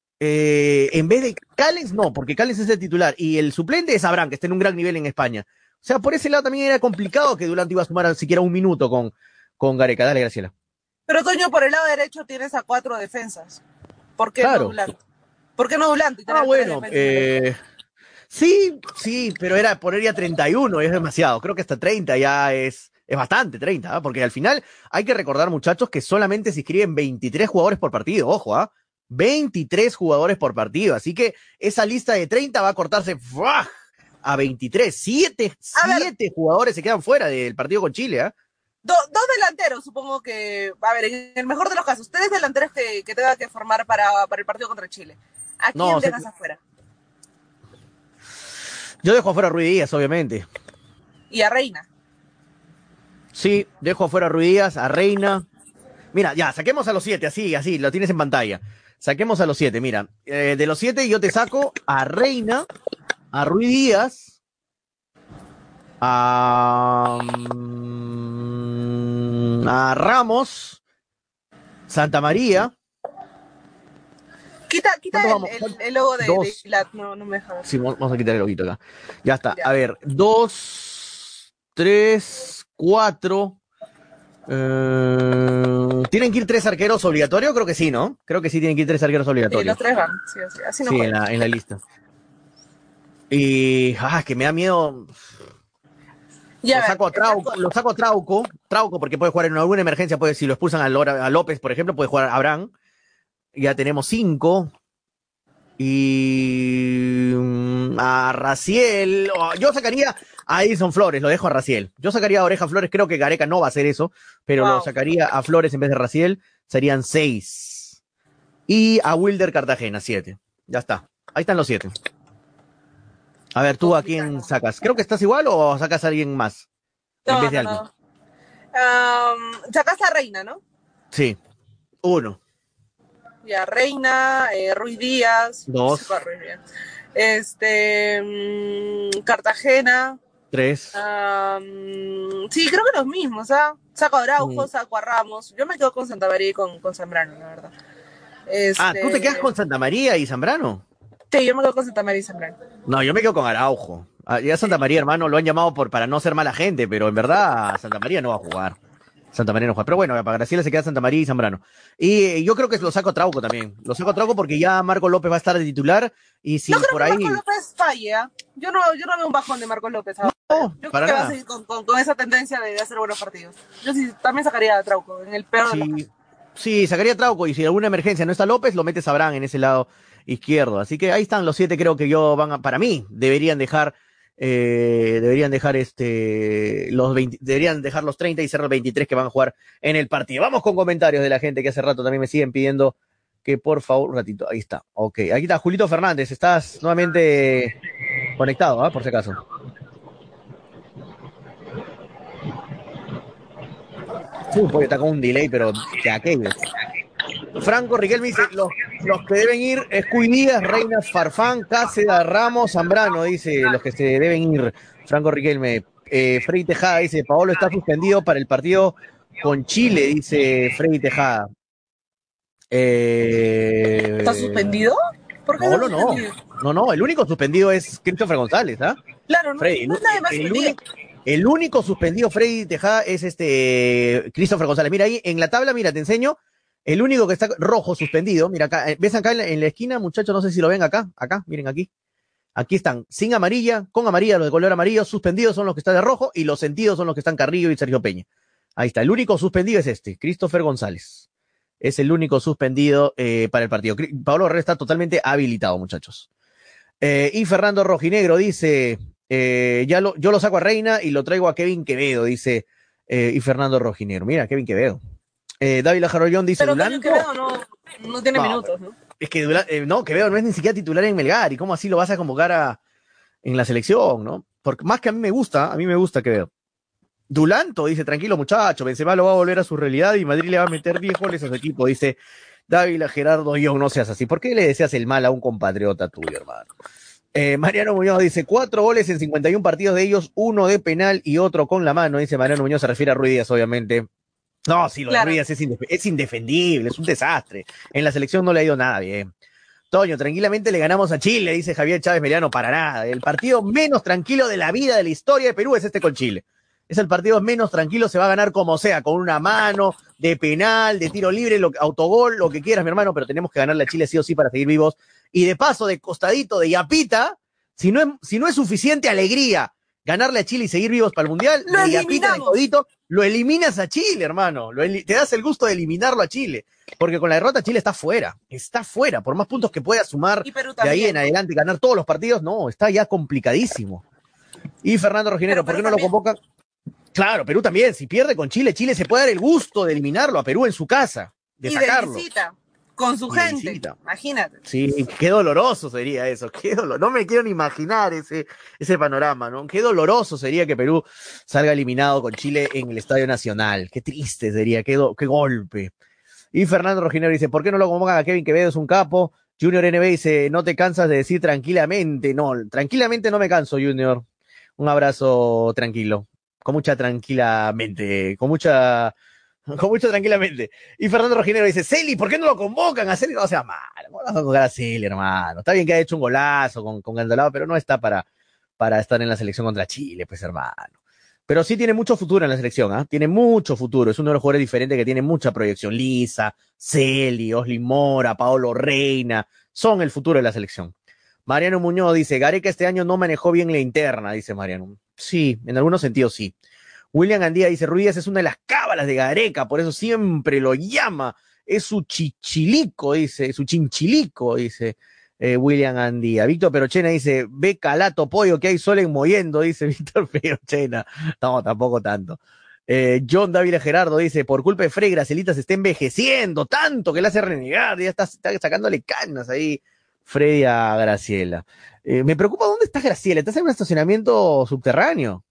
en vez de Callens, no, porque Callens es el titular. Y el suplente es Abraham, que está en un gran nivel en España. O sea, por ese lado también era complicado que Dulanto iba a sumar siquiera un minuto con Gareca. Dale, Graciela. Pero, Toño, por el lado derecho tienes a 4 defensas. ¿Por qué no Dulanto? ¿Por qué no Dulanto? Bueno, sí, pero era poner 31, es demasiado. Creo que hasta 30 ya es bastante, 30, ¿eh? Porque al final hay que recordar, muchachos, que solamente se inscriben 23 jugadores por partido, ojo, ¿ah? 23 jugadores por partido, así que esa lista de 30 va a cortarse a 23, 7 jugadores se quedan fuera del partido con Chile, ¿ah? Dos delanteros, supongo que, a ver, en el mejor de los casos, 3 delanteros que tenga que formar para el partido contra Chile. ¿A quién dejas afuera? Yo dejo afuera a Ruiz Díaz, obviamente. ¿Y a Reina? Sí, dejo afuera a Ruiz Díaz, a Reina. Mira, ya, saquemos a los 7, así, lo tienes en pantalla. Saquemos a los 7, mira. De los 7 yo te saco a Reina, a Ruiz Díaz, a Ramos, Santa María. Quita ¿Cuántos vamos? el logo de Dos. Gilat, no me deja ver. Sí, vamos a quitar el loguito acá. Ya está. Ya. A ver, 2, 3, 4. ¿Tienen que ir 3 arqueros obligatorios? Creo que sí, ¿no? Creo que sí tienen que ir 3 arqueros Sí, obligatorios. los 3 van, sí, así no Sí, juegan. en la lista. Y que me da miedo. Ya, Lo saco a Trauco, porque puede jugar en alguna emergencia, puede, si lo expulsan a López, por ejemplo, puede jugar a Abraham. Ya tenemos 5. Y a Raciel, yo sacaría a Edison Flores, lo dejo a Raciel. Yo sacaría a Oreja Flores, creo que Gareca no va a hacer eso, pero lo sacaría a Flores en vez de Raciel, serían 6. Y a Wilder Cartagena, 7. Ya está, ahí están los 7. A ver, ¿tú a quién sacas? Creo que estás igual o sacas a alguien más en vez de alguien. Sacaste a Reina, ¿no? Sí, 1. Ya, Reina, Ruiz Díaz. 2. Cartagena. 3. Sí, creo que los mismos, ¿ah? Saco a Araujo, saco a Ramos. Yo me quedo con Santa María y con Zambrano, la verdad. ¿Tú te quedas con Santa María y Zambrano? Sí, yo me quedo con Santa María y Zambrano. No, yo me quedo con Araujo. Ya Santa María, hermano, lo han llamado para no ser mala gente, pero en verdad Santa María no va a jugar. Santa María no juega. Pero bueno, para Graciela se queda Santa María y Zambrano. Y yo creo que lo saco a Trauco también. Lo saco a Trauco porque ya Marco López va a estar de titular. Y si no creo por que ahí. Marco López falle, ¿eh? Yo no veo un bajón de Marco López. No, yo para creo que nada. va a seguir con esa tendencia de hacer buenos partidos. Yo sí también sacaría a Trauco, en el peor de los casos. Sí, sacaría a Trauco. Y si alguna emergencia no está López, lo metes a Abraham en ese lado izquierdo. Así que ahí están los 7, creo que para mí, deberían dejar deberían dejar los 30 y cerrar los 23 que van a jugar en el partido. Vamos con comentarios de la gente que hace rato también me siguen pidiendo que por favor, un ratito, ahí está, ok, aquí está Julito Fernández, estás nuevamente conectado, por si acaso. Porque está con un delay, pero de aquellos. Franco Riquelme dice, los que deben ir es Cuy Díaz, Reina, Farfán, Cáceres, Ramos, Zambrano, dice, los que se deben ir. Franco Riquelme. Freddy Tejada dice, Paolo está suspendido para el partido con Chile, dice Freddy Tejada. ¿Está suspendido? ¿Por qué Paolo no, el único suspendido es Christopher González, Claro, Freddy, no es nadie más suspendido. El único suspendido Freddy Tejada es Christopher González. Mira ahí en la tabla, mira, te enseño. El único que está rojo suspendido, mira acá, ves acá en la esquina, muchachos, no sé si lo ven acá, miren aquí. Aquí están, sin amarilla, con amarilla, los de color amarillo, suspendidos son los que están de rojo y los sentidos son los que están Carrillo y Sergio Peña. Ahí está, el único suspendido es Christopher González. Es el único suspendido para el partido. Pablo Herrera está totalmente habilitado, muchachos. Y Fernando Rojinegro dice, yo lo saco a Reina y lo traigo a Kevin Quevedo, dice, y Fernando Rojinegro. Mira, Kevin Quevedo. David Lajarollón dice, pero Dulanto. Quevedo no tiene minutos, ¿no? Es que Quevedo no es ni siquiera titular en Melgar, y cómo así lo vas a convocar en la selección, ¿no? Porque más que a mí me gusta Quevedo. Dulanto dice, tranquilo muchacho, Benzema lo va a volver a su realidad y Madrid le va a meter 10 goles a su equipo, dice Dávila Gerardo Young, no seas así. ¿Por qué le deseas el mal a un compatriota tuyo, hermano? Mariano Muñoz dice, 4 goles en 51 partidos de ellos, 1 de penal y otro con la mano, dice Mariano Muñoz, se refiere a Ruiz Díaz, obviamente. No, sí, lo de Ruiz Díaz es indefendible, es un desastre. En la selección no le ha ido nada bien. Toño, tranquilamente le ganamos a Chile, dice Javier Chávez Meliano, para nada. El partido menos tranquilo de la vida, de la historia de Perú es con Chile. Es el partido menos tranquilo, se va a ganar como sea, con una mano, de penal, de tiro libre, autogol, lo que quieras, mi hermano, pero tenemos que ganarle a Chile sí o sí para seguir vivos. Y de paso, de costadito, de yapita, si no es suficiente alegría ganarle a Chile y seguir vivos para el Mundial, de yapita, de codito, lo eliminas a Chile, hermano. Te das el gusto de eliminarlo a Chile. Porque con la derrota Chile está fuera. Por más puntos que pueda sumar de ahí en adelante y ganar todos los partidos, no, está ya complicadísimo. Y Fernando Roginero, ¿por qué no lo convocan? Claro, Perú también, si pierde con Chile, Chile se puede dar el gusto de eliminarlo a Perú en su casa, de sacarlo. De visita, con su gente, imagínate. Sí, qué doloroso sería eso, no me quiero ni imaginar ese panorama, ¿no? Qué doloroso sería que Perú salga eliminado con Chile en el Estadio Nacional, qué triste sería, qué golpe. Y Fernando Rojinero dice, ¿por qué no lo convocan a Kevin Quevedo? Es un capo. Junior NB dice, no te cansas de decir tranquilamente. No, tranquilamente no me canso, Junior. Un abrazo tranquilo. Con mucha tranquilamente. Con mucho tranquilamente. Y Fernando Rojinero dice, Celi, ¿por qué no lo convocan a Celi? No sea malo, ¿cómo vas a convocar a Celi, hermano? Está bien que ha hecho un golazo con Gandolado, pero no está para estar en la selección contra Chile, pues, hermano. Pero sí tiene mucho futuro en la selección, ¿ah? Tiene mucho futuro. Es uno de los jugadores diferentes que tiene mucha proyección. Lisa, Celi, Osli Mora, Paolo Reina, son el futuro de la selección. Mariano Muñoz dice, Gareca este año no manejó bien la interna, dice Mariano. Sí, en algunos sentidos sí. William Andía dice, Ruiz es una de las cábalas de Gareca, por eso siempre lo llama. Es su chichilico, dice, su chinchilico, dice William Andía. Víctor Perochena dice, ve calato pollo que hay sol en Moyendo, dice Víctor Perochena. No, tampoco tanto. John Dávila Gerardo dice, por culpa de Frey, Gracielita se está envejeciendo tanto que le hace renegar, ya está sacándole canas ahí Freddy a Graciela. Me preocupa dónde está Graciela, ¿estás en un estacionamiento subterráneo?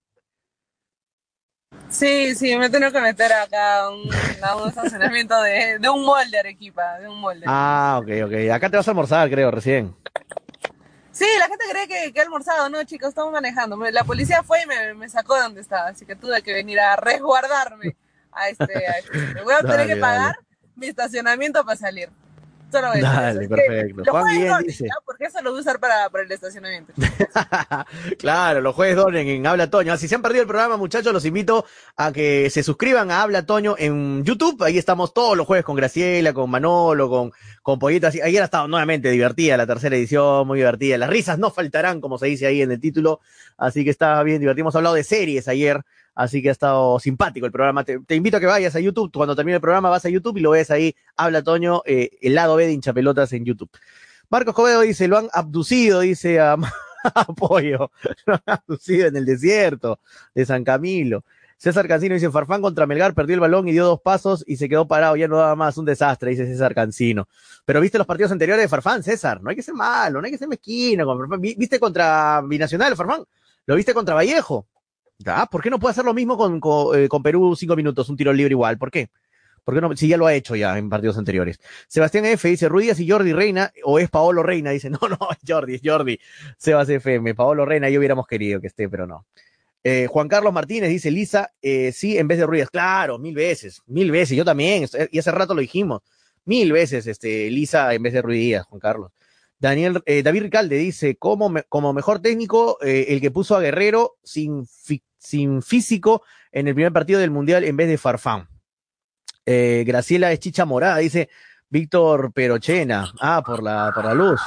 Sí, me tengo que meter acá a un estacionamiento de un mall de Arequipa, de un mall. Ah, ok. Acá te vas a almorzar, creo, recién. Sí, la gente cree que he almorzado, no, chicos, estamos manejando. La policía fue y me sacó de donde estaba, así que tuve que venir a resguardarme a este. Voy a tener que pagar mi estacionamiento para salir. Solo voy a decir eso. Perfecto. Los Juan jueves Guillén donen, dice. ¿no? Porque eso lo voy a usar para el estacionamiento. Claro, los jueves donen en Habla Toño. Si se han perdido el programa, muchachos, los invito a que se suscriban a Habla Toño en YouTube. Ahí estamos todos los jueves con Graciela, con Manolo, con Pollito. Ayer ha estado nuevamente divertida la tercera edición, muy divertida. Las risas no faltarán, como se dice ahí en el título. Así que está bien divertido. Hemos hablado de series ayer. Así que ha estado simpático el programa. Te invito a que vayas a YouTube. Cuando termine el programa vas a YouTube y lo ves ahí. Habla Toño, el lado B de Hinchapelotas en YouTube. Marcos Covedo dice, lo han abducido, dice a Pollo. Lo han abducido en el desierto de San Camilo. César Cancino dice, Farfán contra Melgar perdió el balón y dio 2 pasos y se quedó parado, ya no daba más, un desastre, dice César Cancino. Pero viste los partidos anteriores de Farfán, César, no hay que ser malo, no hay que ser mezquino con Farfán. ¿Viste contra Binacional, Farfán? ¿Lo viste contra Vallejo? ¿Por qué no puede hacer lo mismo con Perú 5 minutos, un tiro libre igual? ¿Por qué? ¿Por qué no? Si ya lo ha hecho ya en partidos anteriores. Sebastián F. dice, Ruiz y Jordi Reina, o es Paolo Reina, dice, no, es Jordi. Sebas FM, Paolo Reina, yo hubiéramos querido que esté, pero no. Juan Carlos Martínez dice, Lisa, sí, en vez de Ruiz. Claro, 1000 veces, yo también, y hace rato lo dijimos. 1000 veces, Lisa en vez de Ruiz Díaz, Juan Carlos. David Ricalde dice, como mejor técnico, el que puso a Guerrero sin físico en el primer partido del Mundial en vez de Farfán. Graciela es chicha morada, dice Víctor Perochena. Por la luz.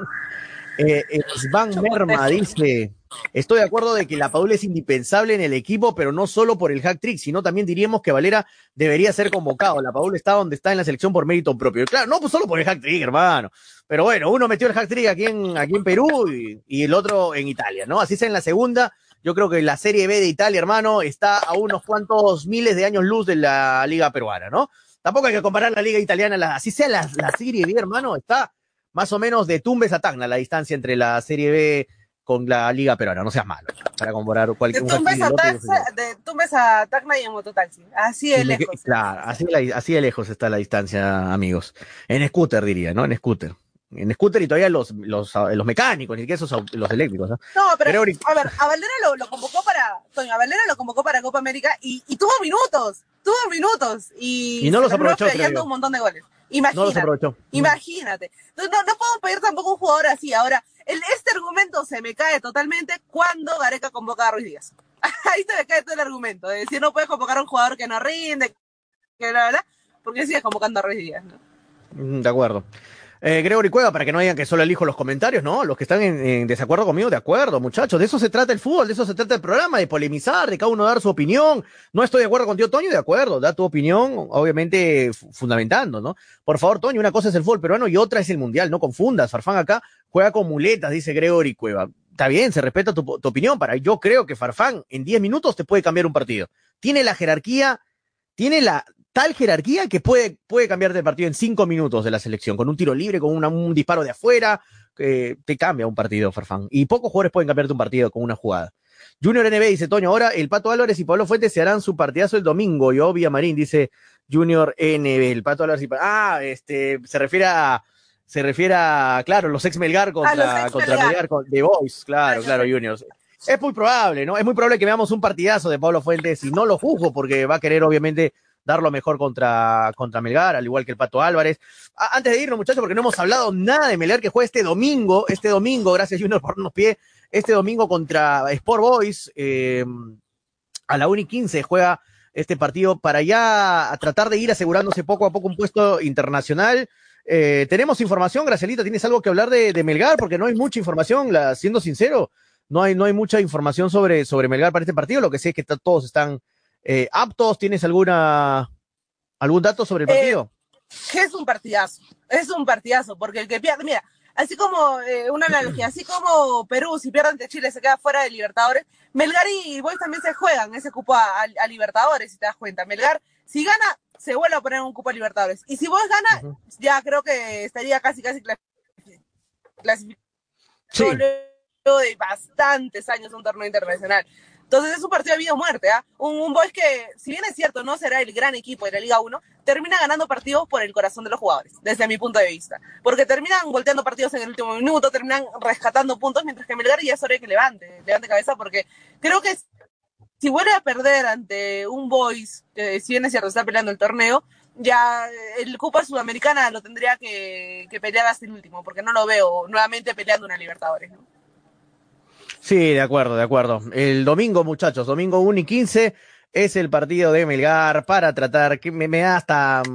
Svan Merma dice, estoy de acuerdo de que la Padula es indispensable en el equipo, pero no solo por el hack trick, sino también diríamos que Valera debería ser convocado. La Padula está donde está en la selección por mérito propio. Claro, no pues solo por el hack trick, hermano. Pero bueno, uno metió el hack trick aquí en Perú y el otro en Italia, ¿no? Así sea en la segunda. Yo creo que la Serie B de Italia, hermano, está a unos cuantos miles de años luz de la Liga Peruana, ¿no? Tampoco hay que comparar la Liga Italiana, así sea la Serie B, hermano, está más o menos de Tumbes a Tacna la distancia entre la Serie B con la Liga Peruana, no seas malo, para comparar cualquier... De Tumbes a Tacna y en mototaxi, así de lejos. Claro, así de lejos está la distancia, amigos. En scooter diría, ¿no? En scooter y todavía los mecánicos, ni que esos los eléctricos, ¿no? No, pero a ver, a Valera lo convocó para Copa América y tuvo minutos y no los aprovechó, un montón de goles. Imagínate, no los aprovechó. Imagínate. No puedo pedir tampoco un jugador así. Ahora, este argumento se me cae totalmente cuando Gareca convoca a Ruiz Díaz. Ahí se me cae todo el argumento de decir no puedes convocar a un jugador que no rinde, que bla, porque sigues convocando a Ruiz Díaz, ¿no? De acuerdo. Gregory Cueva, para que no digan que solo elijo los comentarios, ¿no? Los que están en desacuerdo conmigo, de acuerdo, muchachos. De eso se trata el fútbol, de eso se trata el programa, de polemizar, de cada uno dar su opinión. No estoy de acuerdo con tío Toño, de acuerdo, da tu opinión, obviamente fundamentando, ¿no? Por favor, Toño, una cosa es el fútbol peruano y otra es el mundial, no confundas. Farfán acá juega con muletas, dice Gregory Cueva. Está bien, se respeta tu opinión, yo creo que Farfán en 10 minutos te puede cambiar un partido. Tiene la jerarquía, tiene la tal jerarquía que puede cambiarte el partido en 5 minutos de la selección, con un tiro libre, con un disparo de afuera, que te cambia un partido, Farfán. Y pocos jugadores pueden cambiarte un partido con una jugada. Junior NB dice, Toño, ahora el Pato Álvarez y Pablo Fuentes se harán su partidazo el domingo. Yo Villamarín dice, Junior NB, el Pato Álvarez. Se refiere a, claro, los ex Melgar contra Melgar de Boys, claro, Juniors. Es muy probable, ¿no? Es muy probable que veamos un partidazo de Pablo Fuentes y no lo juzgo porque va a querer, obviamente, dar lo mejor contra Melgar, al igual que el Pato Álvarez. Antes de irnos, muchachos, porque no hemos hablado nada de Melgar, que juega este domingo, gracias Junior por darnos pie, este domingo contra Sport Boys, a la 1:15 juega este partido para ya tratar de ir asegurándose poco a poco un puesto internacional. ¿Tenemos información, Gracielita? ¿Tienes algo que hablar de Melgar? Porque no hay mucha información, siendo sincero, no hay mucha información sobre Melgar para este partido. Lo que sé es que todos están aptos. ¿Tienes algún dato sobre el partido? Es un partidazo, porque el que pierde, mira, así como una analogía, así como Perú, si pierde ante Chile, se queda fuera de Libertadores, Melgar y Boys también se juegan ese cupo a Libertadores, si te das cuenta. Melgar, si gana, se vuelve a poner un cupo a Libertadores. Y si Boys gana, ya creo que estaría casi clasificado luego de bastantes años un torneo internacional. Entonces es un partido de vida o muerte, ¿eh? Un Boys que, si bien es cierto, no será el gran equipo de la Liga 1, termina ganando partidos por el corazón de los jugadores, desde mi punto de vista. Porque terminan volteando partidos en el último minuto, terminan rescatando puntos, mientras que Melgar ya es hora de que levante cabeza, porque creo que si vuelve a perder ante un Boys, que si bien es cierto, está peleando el torneo, ya el Copa Sudamericana lo tendría que pelear hasta el último, porque no lo veo nuevamente peleando una Libertadores, ¿no? Sí, de acuerdo. El domingo, muchachos, domingo 1:15 es el partido de Melgar para tratar, que me da hasta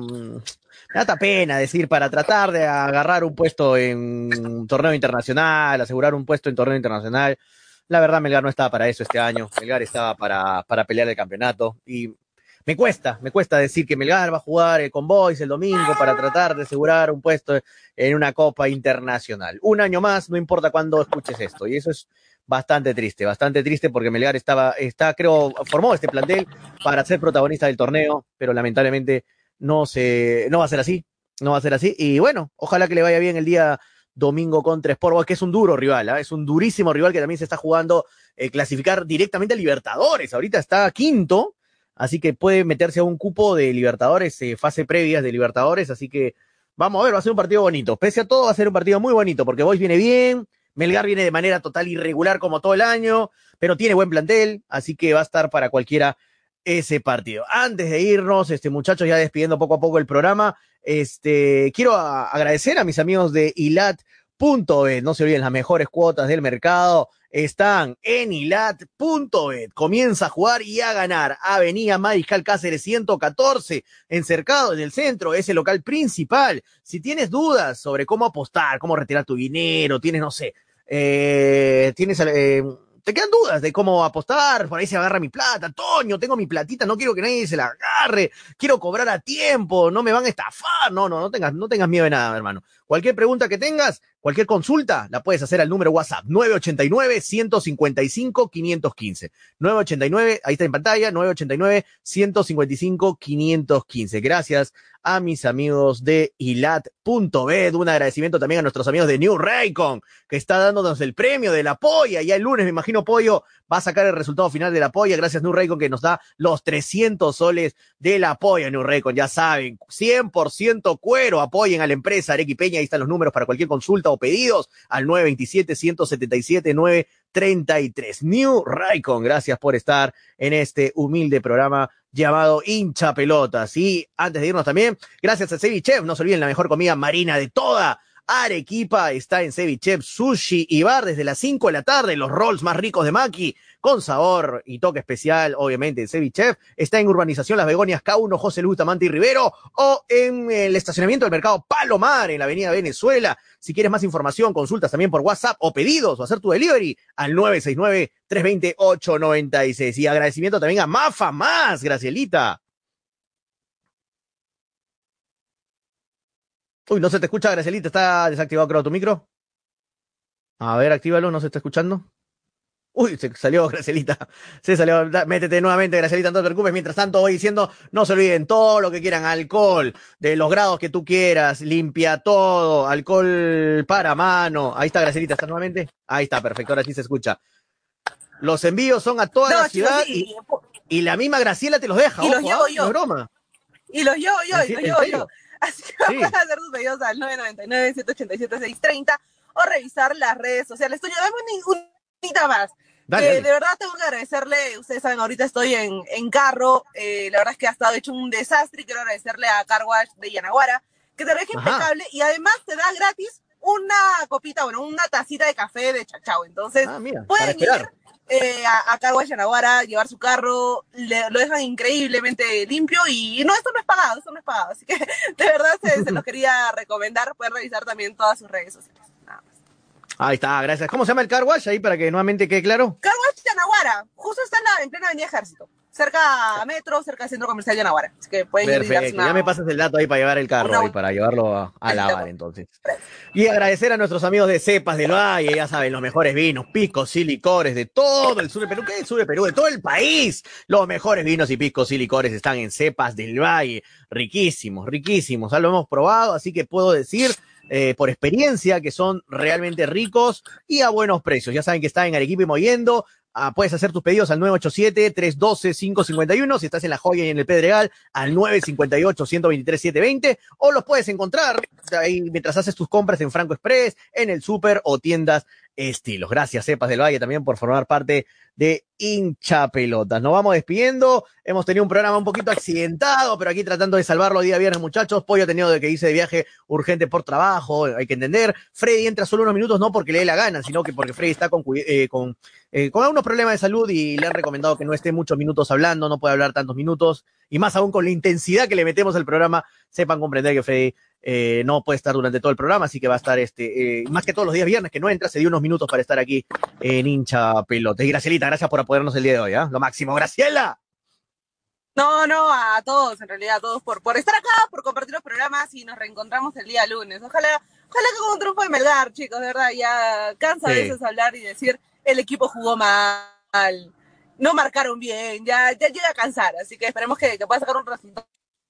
pena decir, para tratar de agarrar un puesto en torneo internacional, asegurar un puesto en torneo internacional. La verdad, Melgar no estaba para eso este año. Melgar estaba para pelear el campeonato y me cuesta decir que Melgar va a jugar con Boys el domingo para tratar de asegurar un puesto en una Copa Internacional. Un año más, no importa cuándo escuches esto, y eso es bastante triste porque Melgar creo, formó este plantel para ser protagonista del torneo, pero lamentablemente no va a ser así, y bueno, ojalá que le vaya bien el día domingo contra Sport Boys, que es un duro rival, es un durísimo rival que también se está jugando clasificar directamente a Libertadores, ahorita está quinto, así que puede meterse a un cupo de Libertadores, fase previas de Libertadores, así que vamos a ver, va a ser un partido bonito, pese a todo va a ser un partido muy bonito, porque Boys viene bien, Melgar viene de manera total irregular como todo el año, pero tiene buen plantel, así que va a estar para cualquiera ese partido. Antes de irnos, muchachos, ya despidiendo poco a poco el programa, quiero agradecer a mis amigos de ilat.bet. No se olviden, las mejores cuotas del mercado están en ilat.bet. Comienza a jugar y a ganar. Avenida Mariscal Cáceres 114, en Cercado, en el centro, es el local principal. Si tienes dudas sobre cómo apostar, cómo retirar tu dinero, tienes, no sé, te quedan dudas de cómo apostar, por ahí se agarra mi plata, Toño, tengo mi platita, no quiero que nadie se la agarre, quiero cobrar a tiempo, no me van a estafar, no tengas miedo de nada, hermano. Cualquier pregunta que tengas, cualquier consulta, la puedes hacer al número WhatsApp, 989-155-515. 989, ahí está en pantalla, 989-155-515. Gracias a mis amigos de ilat.bet. Un agradecimiento también a nuestros amigos de New Raycon, que está dándonos el premio de la polla. Ya el lunes, me imagino, Pollo va a sacar el resultado final de la polla. Gracias, New Raycon, que nos da los 300 soles de la polla. New Raycon, ya saben, 100% cuero. Apoyen a la empresa arequipeña. Ahí están los números para cualquier consulta o pedidos al 927-177-933. New Raycon, gracias por estar en este humilde programa llamado Hincha Pelotas. Y antes de irnos también, gracias a Ceviche, no se olviden, la mejor comida marina de toda Arequipa está en Ceviche, sushi y bar desde las 5 de la tarde, los rolls más ricos de Maki, con sabor y toque especial, obviamente, en Ceviche. Está en Urbanización Las Begonias K1, José Luis Bustamante y Rivero, o en el estacionamiento del Mercado Palomar, en la Avenida Venezuela. Si quieres más información, consultas también por WhatsApp o pedidos o hacer tu delivery al 969-320-896. Y agradecimiento también a Mafa Más, Gracielita. Uy, no se te escucha, Gracielita, ¿está desactivado, creo, tu micro? A ver, actívalo, ¿no se está escuchando? Uy, se salió Gracielita, métete nuevamente, Gracielita, no te preocupes. Mientras tanto, voy diciendo, no se olviden todo lo que quieran, alcohol, de los grados que tú quieras, limpia todo, alcohol para mano. Ahí está, Gracielita, ¿estás nuevamente? Ahí está, perfecto, ahora sí se escucha. Los envíos son a toda la ciudad, chicos, y la misma Graciela te los deja, y ojo, los llevo yo. No es broma. Y los yo. Así que Sí. pueden hacer sus pedidos al 999-187-630 o revisar las redes sociales. Toño, dame una más. Dale. De verdad tengo que agradecerle, ustedes saben, ahorita estoy en carro, la verdad es que ha estado hecho un desastre y quiero agradecerle a Car Wash de Yanaguara, que te lo deja impecable y además te da gratis una copita, una tacita de café de Chachao. Entonces, mira, pueden ir a Car Wash Yanaguara, llevar su carro, lo dejan increíblemente limpio y no, esto no es pagado, así que de verdad se los quería recomendar, pueden revisar también todas sus redes sociales. Ahí está, gracias. ¿Cómo se llama el car wash ahí para que nuevamente quede claro? Car Wash Yanaguara, justo está en plena avenida Ejército, cerca a Metro, cerca del Centro Comercial Yanaguara. Así que pueden ir. Perfecto, ya me pasas el dato ahí para llevar el carro ahí, para llevarlo a lavar entonces. Y agradecer a nuestros amigos de Cepas del Valle, ya saben, los mejores vinos, piscos y licores de todo el sur de Perú. ¿Qué es el sur de Perú? De todo el país. Los mejores vinos y piscos y licores están en Cepas del Valle. Riquísimos, riquísimos. Ya lo hemos probado, así que puedo decir por experiencia que son realmente ricos y a buenos precios. Ya saben que está en Arequipa y Mollendo. Puedes hacer tus pedidos al 987-312-551, si estás en La Joya y en el Pedregal, al 958-123-720, o los puedes encontrar ahí mientras haces tus compras en Franco Express, en el súper o tiendas Estilos. Gracias, Cepas del Valle, también por formar parte de Hincha Pelotas. Nos vamos despidiendo. Hemos tenido un programa un poquito accidentado, pero aquí tratando de salvarlo día viernes, muchachos. Pollo ha tenido que irse de viaje urgente por trabajo, hay que entender. Freddy entra solo unos minutos, no porque le dé la gana, sino que porque Freddy está con algunos problemas de salud y le han recomendado que no esté muchos minutos hablando, no puede hablar tantos minutos, y más aún con la intensidad que le metemos al programa, sepan comprender que Freddy no puede estar durante todo el programa, así que va a estar más que todos los días viernes que no entra, se dio unos minutos para estar aquí en Hincha Pelota. Y Gracielita, gracias por apoyarnos el día de hoy, lo máximo. ¡Graciela! No, a todos, en realidad, a todos por estar acá, por compartir los programas y nos reencontramos el día lunes. Ojalá que con un triunfo de Melgar, chicos, de verdad, ya cansa a veces hablar y decir el equipo jugó mal, no marcaron bien, ya llega a cansar, así que esperemos que pueda sacar un resultado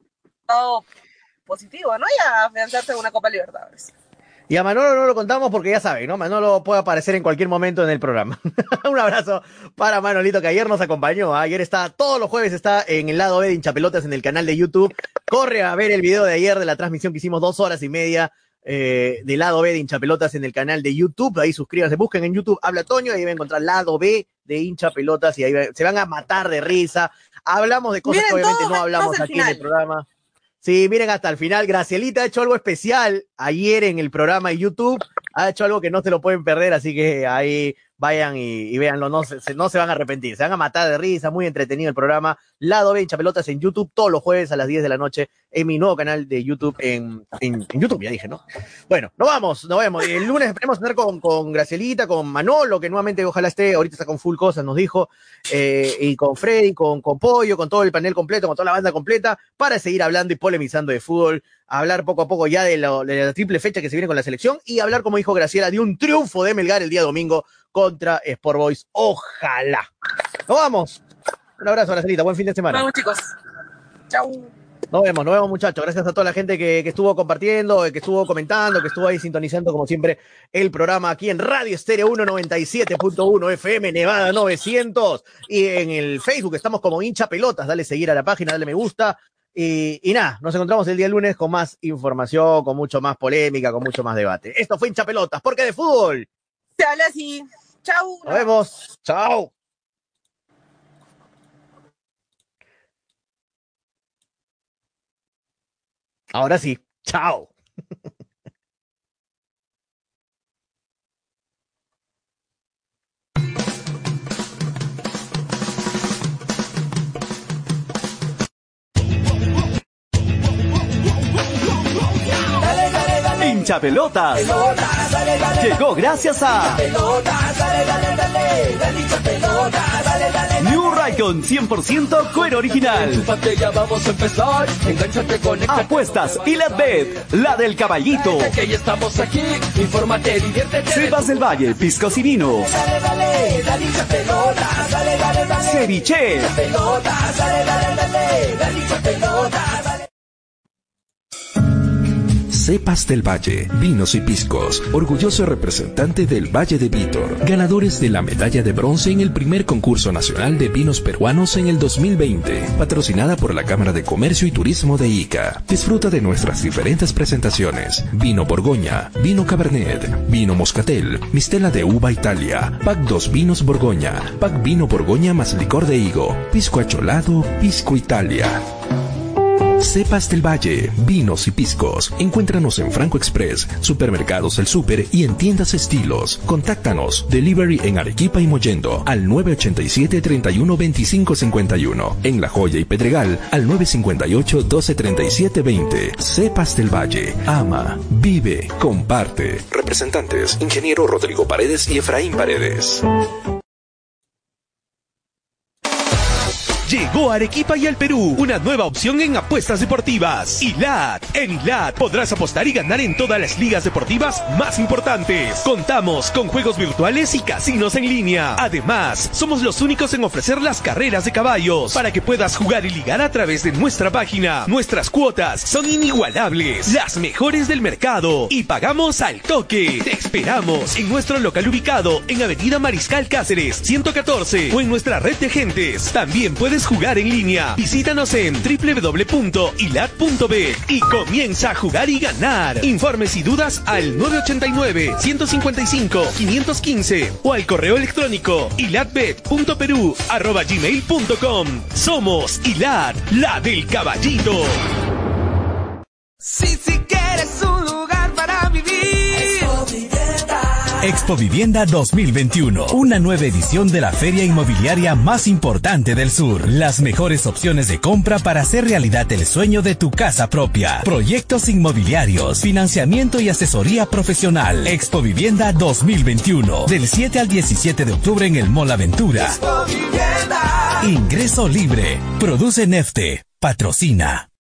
positivo, ¿no? Y a afianzarse en una Copa Libertadores. Y a Manolo no lo contamos porque ya saben, ¿no? Manolo puede aparecer en cualquier momento en el programa. Un abrazo para Manolito, que ayer nos acompañó. Ayer todos los jueves está en el lado B de Hinchapelotas en el canal de YouTube. Corre a ver el video de ayer de la transmisión que hicimos 2 horas y media del lado B de Hinchapelotas en el canal de YouTube. Ahí suscríbanse, busquen en YouTube Habla Toño, ahí van a encontrar lado B de Hinchapelotas y ahí se van a matar de risa. Hablamos de cosas que obviamente no hablamos aquí en el programa. Sí, miren hasta el final. Gracielita ha hecho algo especial ayer en el programa de YouTube. Ha hecho algo que no se lo pueden perder, así que ahí vayan y véanlo. No se van a arrepentir. Se van a matar de risa. Muy entretenido el programa. Lado B, Hinchapelotas en YouTube, todos los jueves a las 10 de la noche en mi nuevo canal de YouTube en YouTube, ya dije, ¿no? Bueno, nos vemos. El lunes esperemos tener con Gracielita, con Manolo, que nuevamente ojalá esté, ahorita está con full cosas, nos dijo, y con Freddy, con Pollo, con todo el panel completo, con toda la banda completa, para seguir hablando y polemizando de fútbol, hablar poco a poco ya de la triple fecha que se viene con la selección y hablar, como dijo Graciela, de un triunfo de Melgar el día domingo contra Sport Boys. Ojalá. Nos vamos. Un abrazo, Gracielita. Buen fin de semana. Nos vemos, chicos. Chau. Nos vemos, muchachos. Gracias a toda la gente que estuvo compartiendo, que estuvo comentando, que estuvo ahí sintonizando, como siempre, el programa aquí en Radio Estéreo 197.1 FM, Nevada 900. Y en el Facebook estamos como Hincha Pelotas. Dale seguir a la página, dale me gusta. Y nada, nos encontramos el día lunes con más información, con mucho más polémica, con mucho más debate. Esto fue Hincha Pelotas, porque de fútbol se habla así. Chau. Nos vemos. Chao. Ahora sí, chao. Hinchapelotas llegó gracias a New Raycon 100% cuero original. Vamos a empezar. Engánchate, conéctate. Apuestas y la bet, la del caballito. Que ya estamos aquí. Infórmate, diviértete. Cepas del Valle, piscos y vinos. Dale hincha pelotas. Dale. Ceviche. Pelotas, dale hincha pelotas. Cepas del Valle, vinos y piscos, orgulloso representante del Valle de Vítor, ganadores de la medalla de bronce en el primer concurso nacional de vinos peruanos en el 2020, patrocinada por la Cámara de Comercio y Turismo de Ica. Disfruta de nuestras diferentes presentaciones: vino Borgoña, vino Cabernet, vino Moscatel, mistela de uva Italia, pack 2 vinos Borgoña, pack vino Borgoña más licor de higo, pisco acholado, pisco Italia. Cepas del Valle, vinos y piscos. Encuéntranos en Franco Express, Supermercados El Super y en tiendas Estilos. Contáctanos, delivery en Arequipa y Mollendo al 987-312551. En La Joya y Pedregal al 958-123720. Cepas del Valle, ama, vive, comparte. Representantes, Ingeniero Rodrigo Paredes y Efraín Paredes. Llegó a Arequipa y al Perú una nueva opción en apuestas deportivas. ILAT. En ILAT podrás apostar y ganar en todas las ligas deportivas más importantes. Contamos con juegos virtuales y casinos en línea. Además, somos los únicos en ofrecer las carreras de caballos para que puedas jugar y ligar a través de nuestra página. Nuestras cuotas son inigualables, las mejores del mercado y pagamos al toque. Te esperamos en nuestro local ubicado en Avenida Mariscal Cáceres 114 o en nuestra red de agentes. También puedes jugar en línea. Visítanos en www.ilat.bet y comienza a jugar y ganar. Informes y dudas al 989-155-515 o al correo electrónico ilatbet.peru@gmail.com. Somos Ilat, la del caballito. Si quieres un lugar para vivir. Expo Vivienda 2021, una nueva edición de la feria inmobiliaria más importante del sur. Las mejores opciones de compra para hacer realidad el sueño de tu casa propia. Proyectos inmobiliarios, financiamiento y asesoría profesional. Expo Vivienda 2021, del 7 al 17 de octubre en el Mall Aventura. Expo Vivienda. Ingreso libre. Produce Nefte. Patrocina.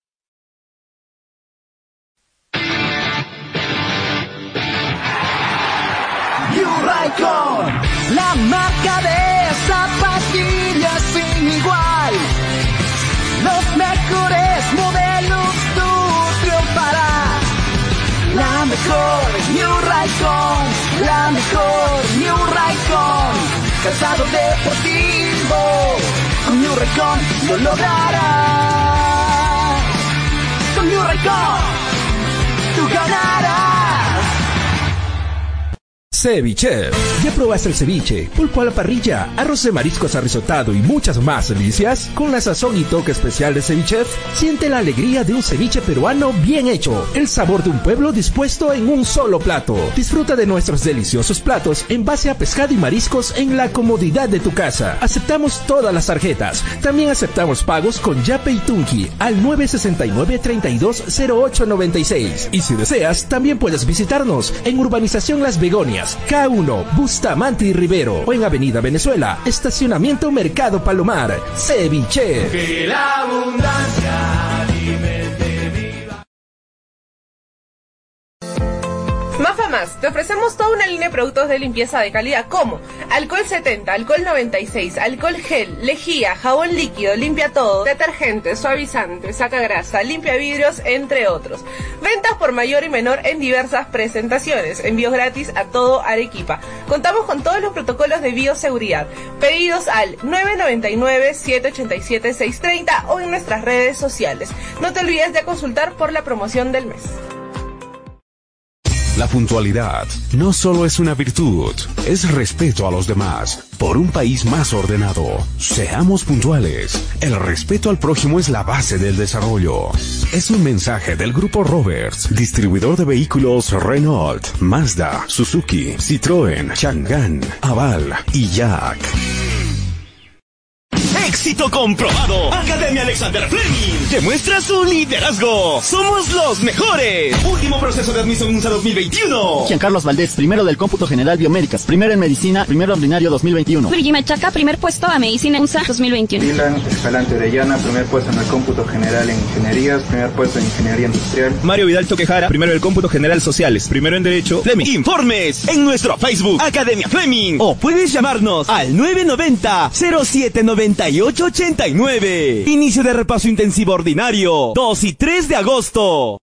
La marca de zapatillas sin igual. Los mejores modelos tú triunfarás. La mejor New Raycon. La mejor New Raycon. Calzado deportivo. Con New Raycon lo lograrás. Con New Raycon tú ganarás. Ceviche. ¿Ya probaste el ceviche? Pulpo a la parrilla, arroz de mariscos arrisotado y muchas más delicias. Con la sazón y toque especial de Ceviche, siente la alegría de un ceviche peruano bien hecho. El sabor de un pueblo dispuesto en un solo plato. Disfruta de nuestros deliciosos platos en base a pescado y mariscos en la comodidad de tu casa. Aceptamos todas las tarjetas. También aceptamos pagos con Yape y Tunki al 969-320896. Y si deseas, también puedes visitarnos en Urbanización Las Begonias, K1, Bustamante y Rivero, o en Avenida Venezuela, Estacionamiento Mercado Palomar. Ceviche. Que la abundancia alimente viva. Mafa Más, te ofrecemos toda una línea de productos de limpieza de calidad como alcohol 70, alcohol 96, alcohol gel, lejía, jabón líquido, limpia todo, detergente, suavizante, saca grasa, limpia vidrios, entre otros. Ventas por mayor y menor en diversas presentaciones. Envíos gratis a todo Arequipa. Contamos con todos los protocolos de bioseguridad. Pedidos al 999-787-630 o en nuestras redes sociales. No te olvides de consultar por la promoción del mes. La puntualidad no solo es una virtud, es respeto a los demás. Por un país más ordenado, seamos puntuales. El respeto al prójimo es la base del desarrollo. Es un mensaje del Grupo Roberts, distribuidor de vehículos Renault, Mazda, Suzuki, Citroën, Chang'an, Aval y Jack. ¡Éxito comprobado! Academia Alexander Fleming demuestra su liderazgo. ¡Somos los mejores! Último proceso de admisión USA 2021. Giancarlos Valdés, primero del cómputo general biomédicas, primero en medicina, primero ordinario 2021. Luigi Machaca, primer puesto a medicina USA 2021. Dylan Escalante Orellana, primer puesto en el cómputo general en ingenierías, primer puesto en ingeniería industrial. Mario Vidal Toquejara, primero del cómputo general sociales, primero en derecho, Fleming. Informes en nuestro Facebook Academia Fleming o puedes llamarnos al 990-079889. Inicio de repaso intensivo ordinario, 2 y 3 de agosto.